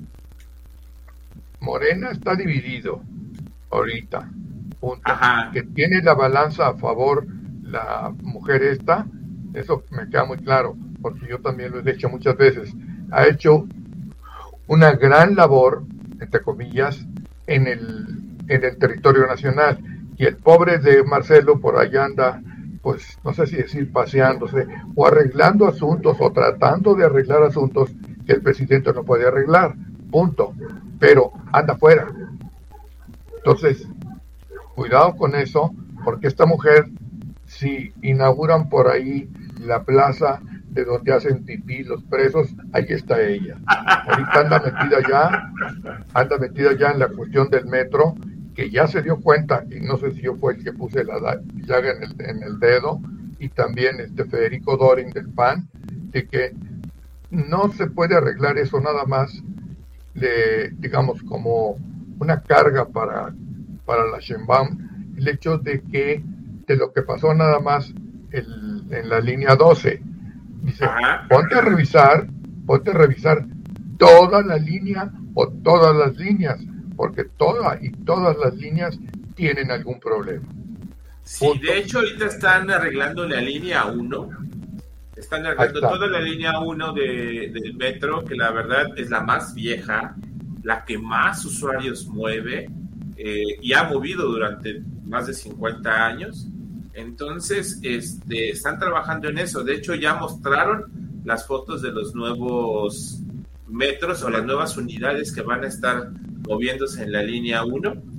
Morena está dividido ahorita. Punto. Ajá. Que tiene la balanza a favor la mujer esta, eso me queda muy claro, porque yo también lo he hecho muchas veces. Ha hecho una gran labor, entre comillas, en el, en el territorio nacional, y el pobre de Marcelo por allá anda, pues no sé si decir paseándose, o arreglando asuntos, o tratando de arreglar asuntos que el presidente no puede arreglar, punto, pero anda fuera. Entonces, cuidado con eso, porque esta mujer, si inauguran por ahí la plaza de donde hacen pipí los presos, ahí está ella. Ahorita anda metida ya, anda metida ya en la cuestión del metro, que ya se dio cuenta, y no sé si yo fue el que puse la llaga en el, en el dedo, y también este Federico Dorin del P A N, de que no se puede arreglar eso nada más, de, digamos, como una carga para, para la Sheinbaum, el hecho de que de lo que pasó nada más el, en la línea doce. Dice, Ajá. ponte a revisar, ponte a revisar toda la línea o todas las líneas, porque todas y todas las líneas tienen algún problema. Sí, Punto. De hecho ahorita están arreglando la línea uno, están arreglando toda la línea uno de, del metro, que la verdad es la más vieja, la que más usuarios mueve, eh, y ha movido durante más de cincuenta años. Entonces, este, están trabajando en eso. De hecho, ya mostraron las fotos de los nuevos metros o las nuevas unidades que van a estar moviéndose en la línea uno,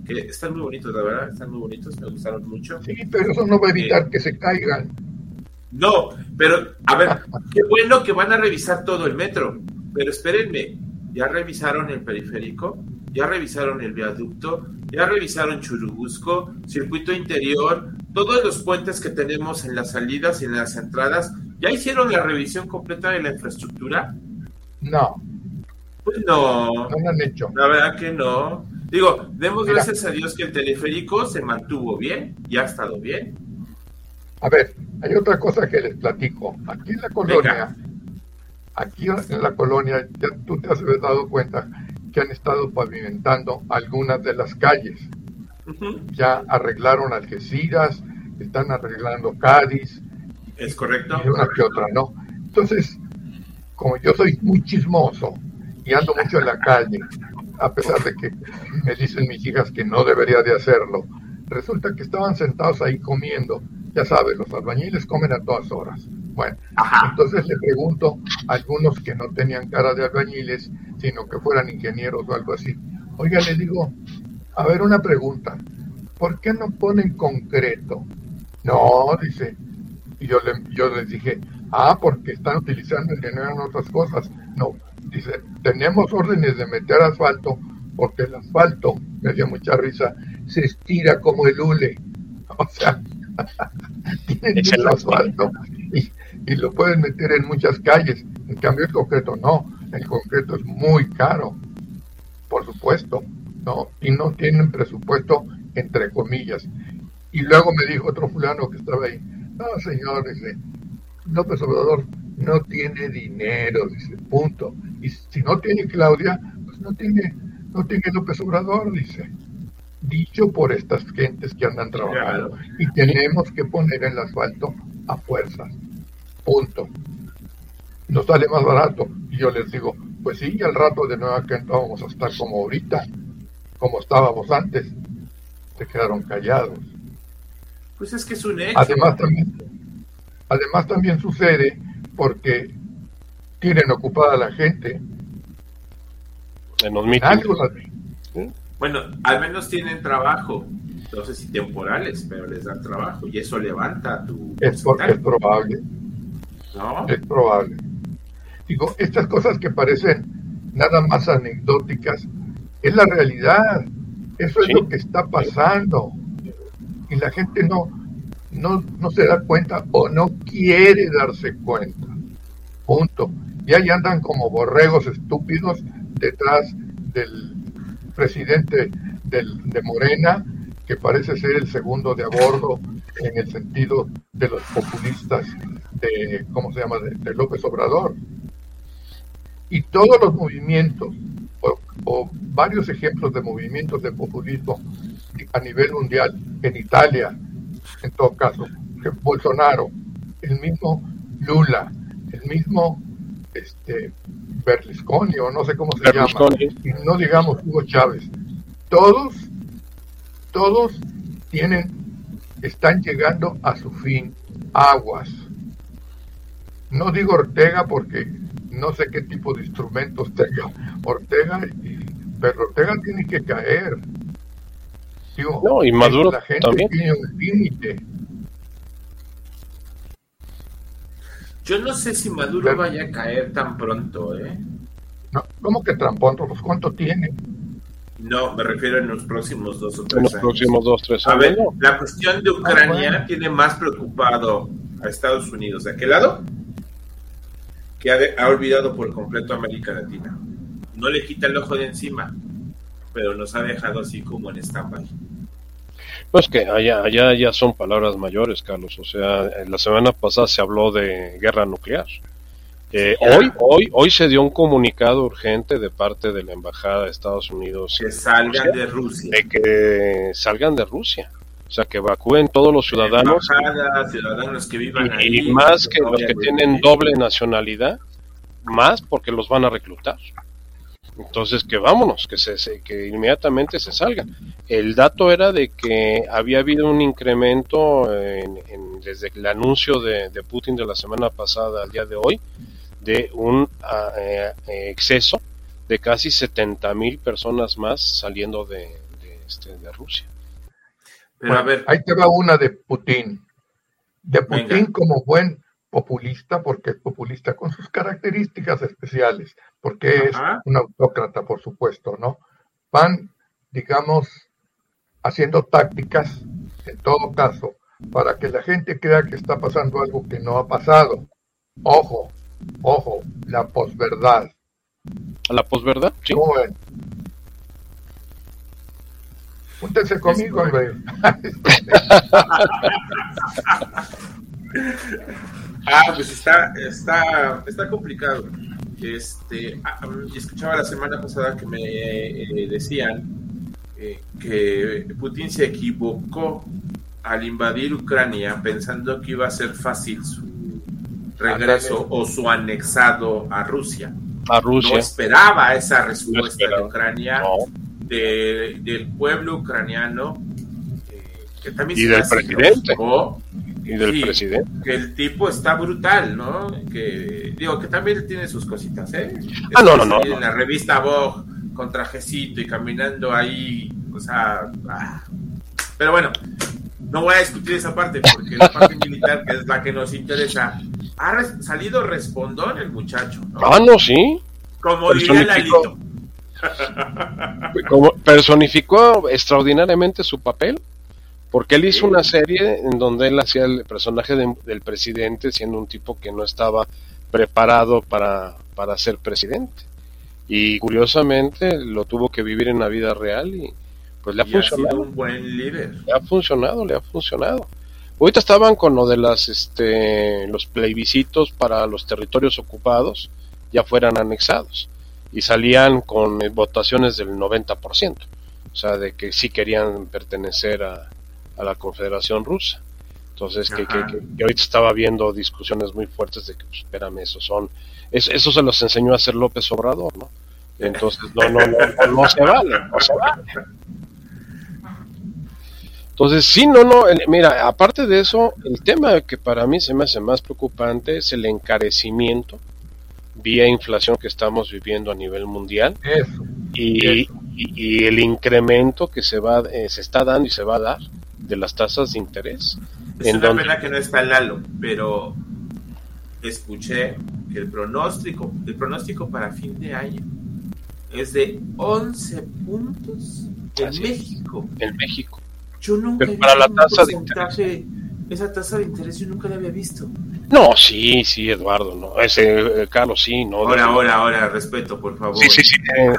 que están muy bonitos, la verdad, están muy bonitos, me gustaron mucho. Sí, pero eso no va a evitar eh, que se caigan. No, pero, a ver, qué bueno que van a revisar todo el metro, pero espérenme, ya revisaron el periférico, ya revisaron el viaducto, ya revisaron Churubusco, circuito interior, todos los puentes que tenemos en las salidas y en las entradas. ¿Ya hicieron la revisión completa de la infraestructura? No. Pues no. No lo han hecho. La verdad que no. Digo, demos Mira, gracias a Dios que el teleférico se mantuvo bien y ha estado bien. A ver, hay otra cosa que les platico. Aquí en la colonia, Venga. aquí en la colonia, ya tú te has dado cuenta que han estado pavimentando algunas de las calles. Uh-huh. Ya arreglaron Algeciras, están arreglando Cádiz. Es correcto. Y una que otra, ¿no? Entonces, como yo soy muy chismoso y ando mucho en la calle, a pesar de que me dicen mis hijas que no debería de hacerlo, resulta que estaban sentados ahí comiendo. Ya sabes, los albañiles comen a todas horas. Bueno, Ajá. entonces le pregunto a algunos que no tenían cara de albañiles, sino que fueran ingenieros o algo así. Oiga, le digo, a ver, una pregunta. ¿Por qué no ponen concreto? No, dice. Y yo, le, yo les dije, ah, porque están utilizando el dinero en otras cosas. No, dice, tenemos órdenes de meter asfalto porque el asfalto, me dio mucha risa, se estira como el hule. O sea, tienen mucho asfalto y, y lo pueden meter en muchas calles. En cambio el concreto no, el concreto es muy caro, por supuesto, ¿no? Y no tienen presupuesto, entre comillas. Y luego me dijo otro fulano que estaba ahí, no, señor, dice, López Obrador no tiene dinero, dice, punto. Y si no tiene Claudia, pues no tiene, no tiene López Obrador, dice. Dicho por estas gentes que andan trabajando. Claro. Y tenemos que poner el asfalto a fuerzas. Punto. Nos sale más barato. Y yo les digo, pues sí, y al rato de nueva cuenta vamos a estar como ahorita, como estábamos antes. Se quedaron callados. Pues es que es un hecho. Además también, además también sucede porque tienen ocupada la gente. En los mítines. ¿Sí? Bueno, al menos tienen trabajo, no sé si temporales, pero les dan trabajo y eso levanta tu... Es, porque es probable. ¿No? Es probable. Digo, estas cosas que parecen nada más anecdóticas, es la realidad. Eso es ¿Sí? lo que está pasando. Y la gente no, no, no se da cuenta o no quiere darse cuenta. Punto. Y ahí andan como borregos estúpidos detrás del presidente del, de Morena, que parece ser el segundo de a bordo en el sentido de los populistas de, ¿cómo se llama?, de, de López Obrador. Y todos los movimientos, o, o varios ejemplos de movimientos de populismo a nivel mundial, en Italia, en todo caso, que Bolsonaro, el mismo Lula, el mismo este Berlusconi, o no sé cómo se Berlusconi. llama, y no digamos Hugo Chávez, todos, todos tienen, están llegando a su fin, aguas. No digo Ortega porque no sé qué tipo de instrumentos tenga Ortega, y, pero Ortega tiene que caer. Digo, no, y Maduro la gente también tiene un límite. Yo no sé si Maduro pero, vaya a caer tan pronto, ¿eh? No, ¿cómo que tan pronto? Pues, ¿cuánto tiene? No, me refiero en los próximos dos o tres en los años. próximos dos, tres años. A ver, no. la cuestión de Ucrania ah, bueno. tiene más preocupado a Estados Unidos de aquel lado que ha, de, ha olvidado por completo a América Latina. No le quita el ojo de encima, pero nos ha dejado así como en stand-by. Pues que allá, allá ya son palabras mayores, Carlos. O sea, la semana pasada se habló de guerra nuclear. Eh, hoy, hoy, hoy se dio un comunicado urgente de parte de la embajada de Estados Unidos que salgan de Rusia, de que salgan de Rusia. O sea, que evacúen todos los ciudadanos, embajada, ciudadanos que vivan y, ahí, y más que los que tienen doble nacionalidad, más porque los van a reclutar. Entonces que vámonos, que se, se que inmediatamente se salgan. El dato era de que había habido un incremento en, en, desde el anuncio de, de Putin de la semana pasada al día de hoy, de un eh, exceso de casi setenta mil personas más saliendo de, de, este, de Rusia. Pero bueno, a ver, ahí te va una de Putin. De Putin venga. como buen populista, porque es populista con sus características especiales, porque Ajá. es un autócrata, por supuesto, ¿no? Van, digamos, haciendo tácticas, en todo caso, para que la gente crea que está pasando algo que no ha pasado. Ojo, ojo, la posverdad. ¿A la posverdad? Sí. ¿Cómo ven? Júntense conmigo, hombre. Ah, pues está, está, está complicado. Este, ah, escuchaba la semana pasada que me eh, decían eh, que Putin se equivocó al invadir Ucrania pensando que iba a ser fácil su regreso o su anexado a Rusia. A Rusia. No esperaba esa respuesta No esperaba. de Ucrania, No. de, del pueblo ucraniano, eh, que también Y se del hace presidente. lógico. Y del Sí, presidente. que el tipo está brutal, ¿no? Que digo que también tiene sus cositas, ¿eh? Ah, no, no, no, En no. la revista Vogue con trajecito y caminando ahí, o sea, ah. Pero bueno, no voy a discutir esa parte porque la parte militar, que es la que nos interesa, ha res- salido respondón el muchacho, ¿no? Ah, no, sí. Como diría personificó. Lalito. Como personificó extraordinariamente su papel, porque él hizo una serie en donde él hacía el personaje de, del presidente, siendo un tipo que no estaba preparado para, para ser presidente. Y curiosamente lo tuvo que vivir en la vida real y pues le ha Y ha sido funcionado. un buen líder. Le ha funcionado, le ha funcionado. Ahorita estaban con lo de las, este, los plebiscitos para los territorios ocupados, ya fueran anexados, y salían con eh, votaciones del noventa por ciento, o sea, de que sí querían pertenecer a, a la Confederación Rusa. Entonces, que, que, que, que ahorita estaba viendo discusiones muy fuertes de que, pues, espérame, esos son, es, eso se los enseñó a hacer López Obrador, ¿no? Entonces, no, no, no, no, no se vale, no se vale. Entonces, sí, no, no, el, mira, aparte de eso, el tema que para mí se me hace más preocupante es el encarecimiento vía inflación que estamos viviendo a nivel mundial. Eso. Y, eso. y, y el incremento que se va, eh, se está dando y se va a dar de las tasas de interés. Es en una donde... pena que no está Lalo, pero escuché que el pronóstico, el pronóstico para fin de año es de once puntos en Así México. En México. Yo nunca Pero he para visto la tasa un de porcentaje, esa tasa de interés yo nunca la había visto. No, sí, sí, Eduardo, no, ese eh, Carlos, sí, no. Ahora, no, ahora, ahora, respeto, por favor. Sí, sí, sí. Eh,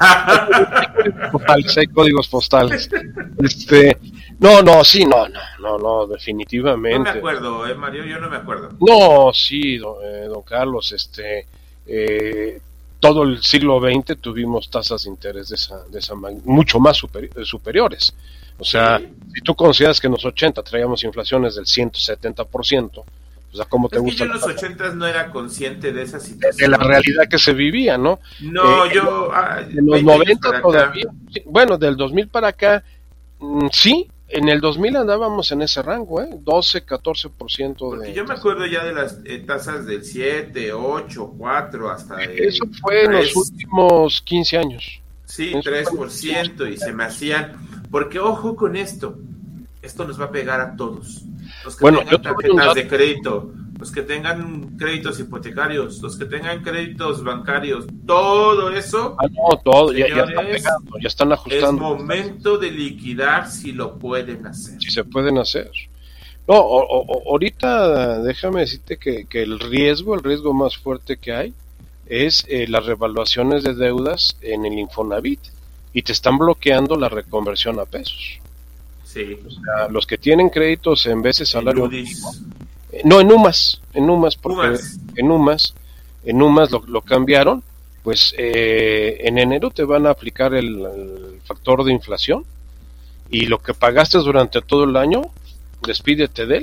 postales, hay códigos postales. Este, no, no, sí, no, no, no, no, definitivamente. No me acuerdo, eh, Mario, yo no me acuerdo. No, sí, don, eh, don Carlos, este, eh, todo el siglo veinte tuvimos tasas de interés de esa, de esa mucho más superi superiores. O sea, ¿sí? Si tú consideras que en los ochenta traíamos inflaciones del ciento setenta por ciento, o sea, ¿cómo te es gusta? Que yo en los ochentas no era consciente de esa situación. De la realidad que se vivía, ¿no? No, eh, yo... Ah, en los noventa todavía, sí, bueno, del dos mil para acá, mmm, sí, en el dos mil andábamos en ese rango, ¿eh? doce, catorce por ciento de... Porque yo me acuerdo ya de las eh, tasas del siete, ocho, cuatro, hasta... De Eso fue en los últimos quince años. Sí, tres por ciento, y se me hacían... Porque ojo con esto, esto nos va a pegar a todos. Los que bueno, tengan tarjetas de crédito, los que tengan créditos hipotecarios, los que tengan créditos bancarios, todo eso. Ah, no, todo, señores, ya, ya están pegando, ya están ajustando. Es momento de liquidar si lo pueden hacer. Si se pueden hacer. No, o, o, ahorita déjame decirte que, que el riesgo, el riesgo más fuerte que hay es eh, las revaluaciones de deudas en el Infonavit. Y te están bloqueando la reconversión a pesos. Sí. O sea, los que tienen créditos en vez de salario en mínimo, eh, no, en UMAS, en UMAS, porque UMAS. en UMAS, en UMAS lo, lo cambiaron, pues eh, en enero te van a aplicar el, el factor de inflación y lo que pagaste durante todo el año, despídete de él,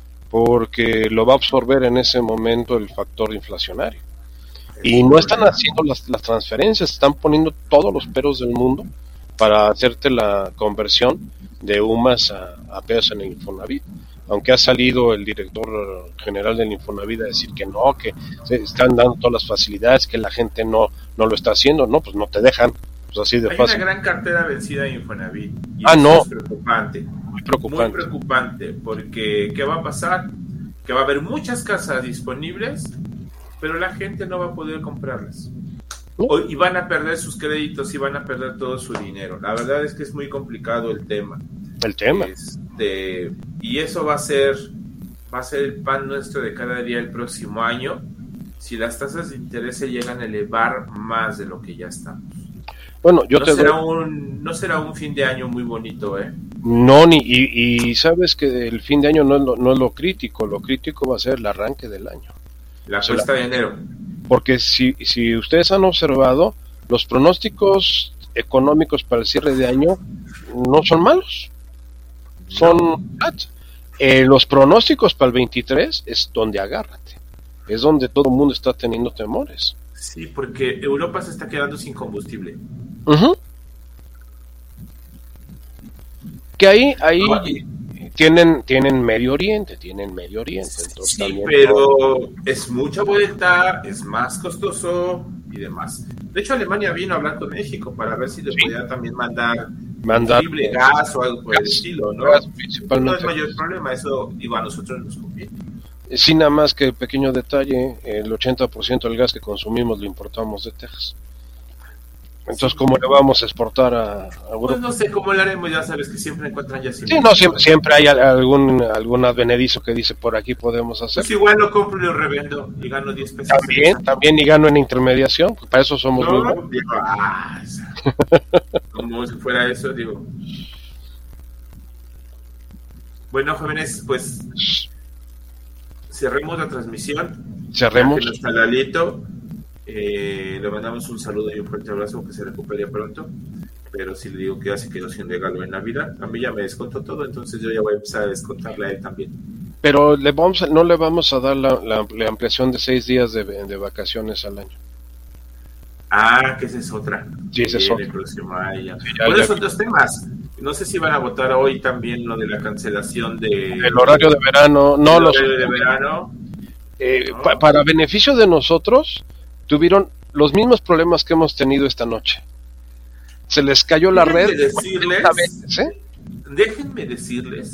porque lo va a absorber en ese momento el factor inflacionario. Y no están haciendo las, las transferencias, están poniendo todos los peros del mundo para hacerte la conversión de UMAS a, a pesos en el Infonavit. Aunque ha salido el director general del Infonavit a decir que no, que se están dando todas las facilidades, que la gente no, no lo está haciendo, no, pues no te dejan, Pues así de Hay fácil. una gran cartera vencida de Infonavit. Y Ah, eso no. es preocupante. Muy preocupante. Muy preocupante, porque ¿qué va a pasar? Que va a haber muchas casas disponibles, pero la gente no va a poder comprarlas. O, y van a perder sus créditos y van a perder todo su dinero. La verdad es que es muy complicado el tema. El tema. Este, y eso va a ser va a ser el pan nuestro de cada día el próximo año, si las tasas de interés se llegan a elevar más de lo que ya estamos. Bueno, yo no te será doy... un no será un fin de año muy bonito, ¿eh? No, ni y, y sabes que el fin de año no es, lo, no es lo crítico, lo crítico va a ser el arranque del año. La O sea, cuesta la... de enero. Porque si, si ustedes han observado, los pronósticos económicos para el cierre de año no son malos. Son... No. Eh, los pronósticos para el veintitrés es donde agárrate. Es donde todo el mundo está teniendo temores. Sí, porque Europa se está quedando sin combustible. Uh-huh. Que ahí, ahí Ah, tienen, tienen Medio Oriente, tienen Medio Oriente. Entonces sí, también pero no... es mucha vuelta, es más costoso y demás. De hecho, Alemania vino a hablar con México para ver si le sí. podía también mandar mandar libre gas o algo por gas, el estilo, ¿no? gas, No es mayor problema, eso digo, a nosotros nos conviene. Sí, nada más que pequeño detalle, el ochenta por ciento del gas que consumimos lo importamos de Texas. Entonces, ¿cómo le vamos a exportar a, a Europa? Pues no sé cómo lo haremos, ya sabes que siempre encuentran ya. Sí, no, siempre, siempre hay algún algún advenedizo que dice por aquí podemos hacer. Pues igual lo compro y lo revendo y gano diez pesos. También, también y gano en intermediación, pues para eso somos no, muy buenos. Digo, ah, como si fuera eso, digo. Bueno, jóvenes, pues cerremos la transmisión. Cerremos. Que no está Lalito. Eh, le mandamos un saludo y un fuerte abrazo, que se recupere pronto. Pero si le digo que ya se quedó sin regalo en Navidad, a mí ya me descontó todo, entonces yo ya voy a empezar a descontarle a él también. Pero le vamos a, no le vamos a dar la, la, la ampliación de seis días de, de vacaciones al año. Ah, que esa es otra. Sí, esa es otra. otra. Próximo año. Sí, ya, bueno, ya. son dos temas. No sé si van a votar hoy también lo de la cancelación de... El horario de verano, no el los... horario de verano. Eh, ¿No? pa, para beneficio de nosotros, tuvieron los mismos problemas que hemos tenido esta noche. Se les cayó la Déjenme red. Decirles, veces, ¿eh? Déjenme decirles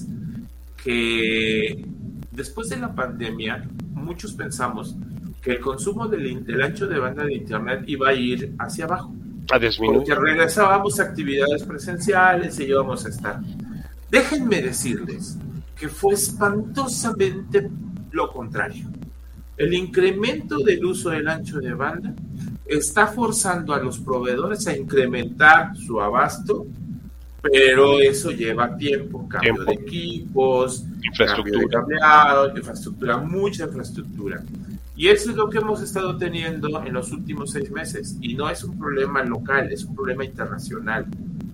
que después de la pandemia, muchos pensamos que el consumo del, del ancho de banda de internet iba a ir hacia abajo. A disminuir. Porque regresábamos a actividades presenciales y íbamos a estar. Déjenme decirles que fue espantosamente lo contrario. El incremento del uso del ancho de banda está forzando a los proveedores a incrementar su abasto, pero eso lleva tiempo, cambio Tiempo. de equipos, Infraestructura. cambio de cableado, infraestructura, mucha infraestructura. Y eso es lo que hemos estado teniendo en los últimos seis meses. Y no es un problema local, es un problema internacional.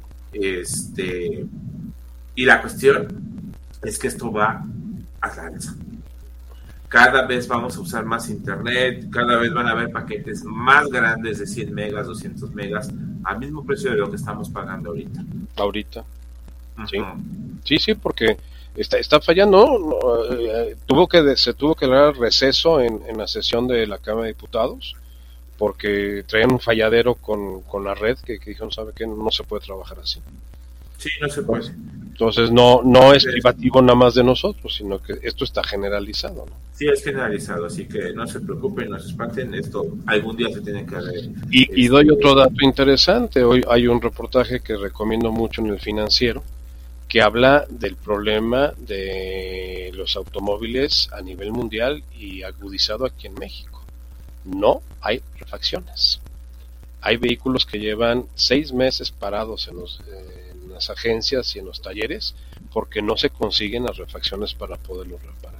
Este, y la cuestión es que esto va a la alza. Cada vez vamos a usar más internet, cada vez van a haber paquetes más grandes de cien megas, doscientos megas, al mismo precio de lo que estamos pagando ahorita. Ahorita. Sí. Uh-huh. Sí, sí, porque está está fallando. No, eh, tuvo que se tuvo que dar receso en, en la sesión de la Cámara de Diputados porque traían un falladero con, con la red que, que dijeron, sabe que no se puede trabajar así. Sí, no se puede. Entonces no no es privativo nada más de nosotros, sino que esto está generalizado, ¿no? Sí, es generalizado, así que no se preocupen, no se espanten, esto algún día se tiene que ver. Y, este... y doy otro dato interesante. Hoy hay un reportaje que recomiendo mucho en El Financiero que habla del problema de los automóviles a nivel mundial y agudizado aquí en México. No hay refacciones. Hay vehículos que llevan seis meses parados en, los, eh, en las agencias y en los talleres porque no se consiguen las refacciones para poderlos reparar.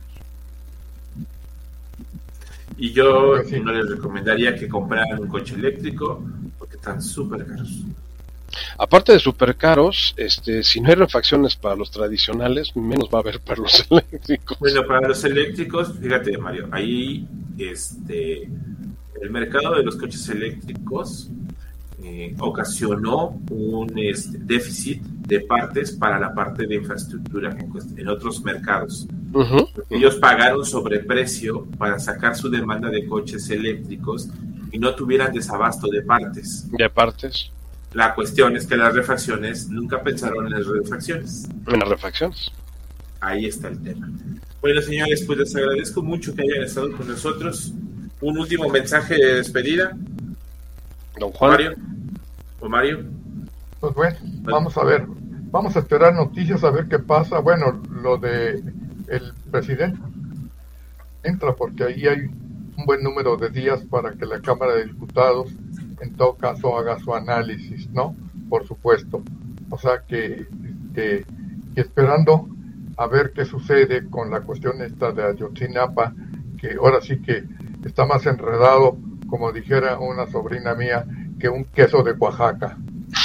Y yo no les recomendaría que compraran un coche eléctrico porque están súper caros. Aparte de súper caros, este, si no hay refacciones para los tradicionales, menos va a haber para los eléctricos. Bueno, para los eléctricos, fíjate, Mario, ahí este, el mercado de los coches eléctricos eh, ocasionó un este, déficit de partes para la parte de infraestructura en, en otros mercados. Uh-huh. Ellos pagaron sobreprecio para sacar su demanda de coches eléctricos y no tuvieran desabasto de partes. De partes. La cuestión es que las refacciones nunca pensaron en las refacciones. En las refacciones. Ahí está el tema. Bueno, señores, pues les agradezco mucho que hayan estado con nosotros. Un último mensaje de despedida. Don Juan. Mario. ¿O Mario? Pues bueno, vamos a ver. Vamos a esperar noticias a ver qué pasa. Bueno, lo de el presidente entra porque ahí hay un buen número de días para que la Cámara de Diputados en todo caso haga su análisis, ¿no? Por supuesto. O sea que, que, que esperando a ver qué sucede con la cuestión esta de Ayotzinapa, que ahora sí que está más enredado, como dijera una sobrina mía, que un queso de Oaxaca.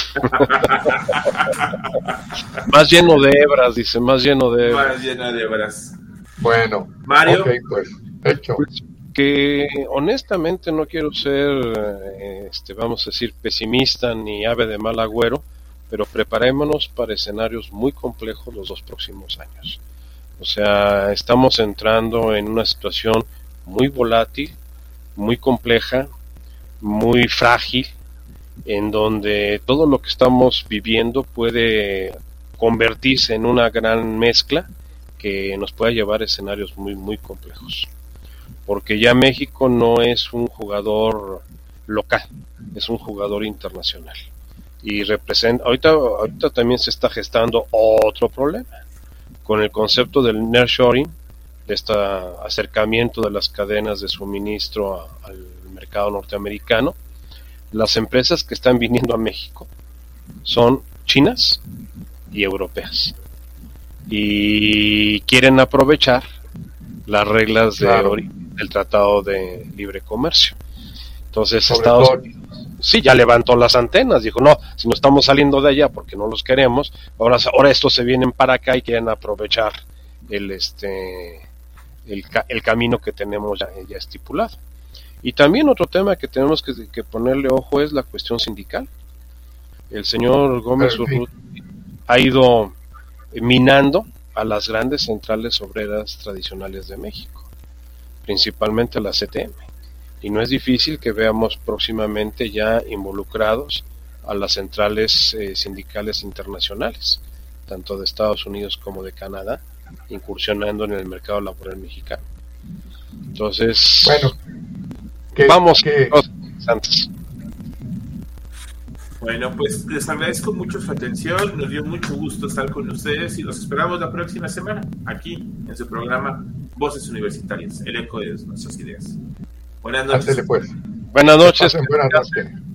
Más lleno de hebras, dice, más lleno de hebras. Más lleno de hebras. Bueno, Mario. Ok, pues, hecho. Pues, que honestamente no quiero ser, este, vamos a decir, pesimista ni ave de mal agüero, pero preparémonos para escenarios muy complejos los dos próximos años. O sea, estamos entrando en una situación muy volátil, muy compleja, muy frágil, en donde todo lo que estamos viviendo puede convertirse en una gran mezcla que nos pueda llevar a escenarios muy, muy complejos. Porque ya México no es un jugador local, es un jugador internacional. Y representa, ahorita, ahorita también se está gestando otro problema, con el concepto del nearshoring, de este acercamiento de las cadenas de suministro a, al mercado norteamericano. Las empresas que están viniendo a México son chinas y europeas. Y quieren aprovechar las reglas claro. de, del Tratado de Libre Comercio. Entonces Sobre Estados todo. Unidos sí ya levantó las antenas, dijo no, si no estamos saliendo de allá porque no los queremos, ahora, ahora estos se vienen para acá y quieren aprovechar el este el, el camino que tenemos ya, ya estipulado. Y también otro tema que tenemos que, que ponerle ojo es la cuestión sindical. El señor Gómez Urrutia ha ido minando a las grandes centrales obreras tradicionales de México, principalmente la C T M, y no es difícil que veamos próximamente ya involucrados a las centrales eh, sindicales internacionales, tanto de Estados Unidos como de Canadá, incursionando en el mercado laboral mexicano. Entonces, bueno, que, vamos que... antes. Bueno, pues les agradezco mucho su atención, nos dio mucho gusto estar con ustedes y los esperamos la próxima semana aquí en su programa Voces Universitarias, el eco de nuestras ideas. Buenas noches. Pues. Buenas noches. Buenas noches.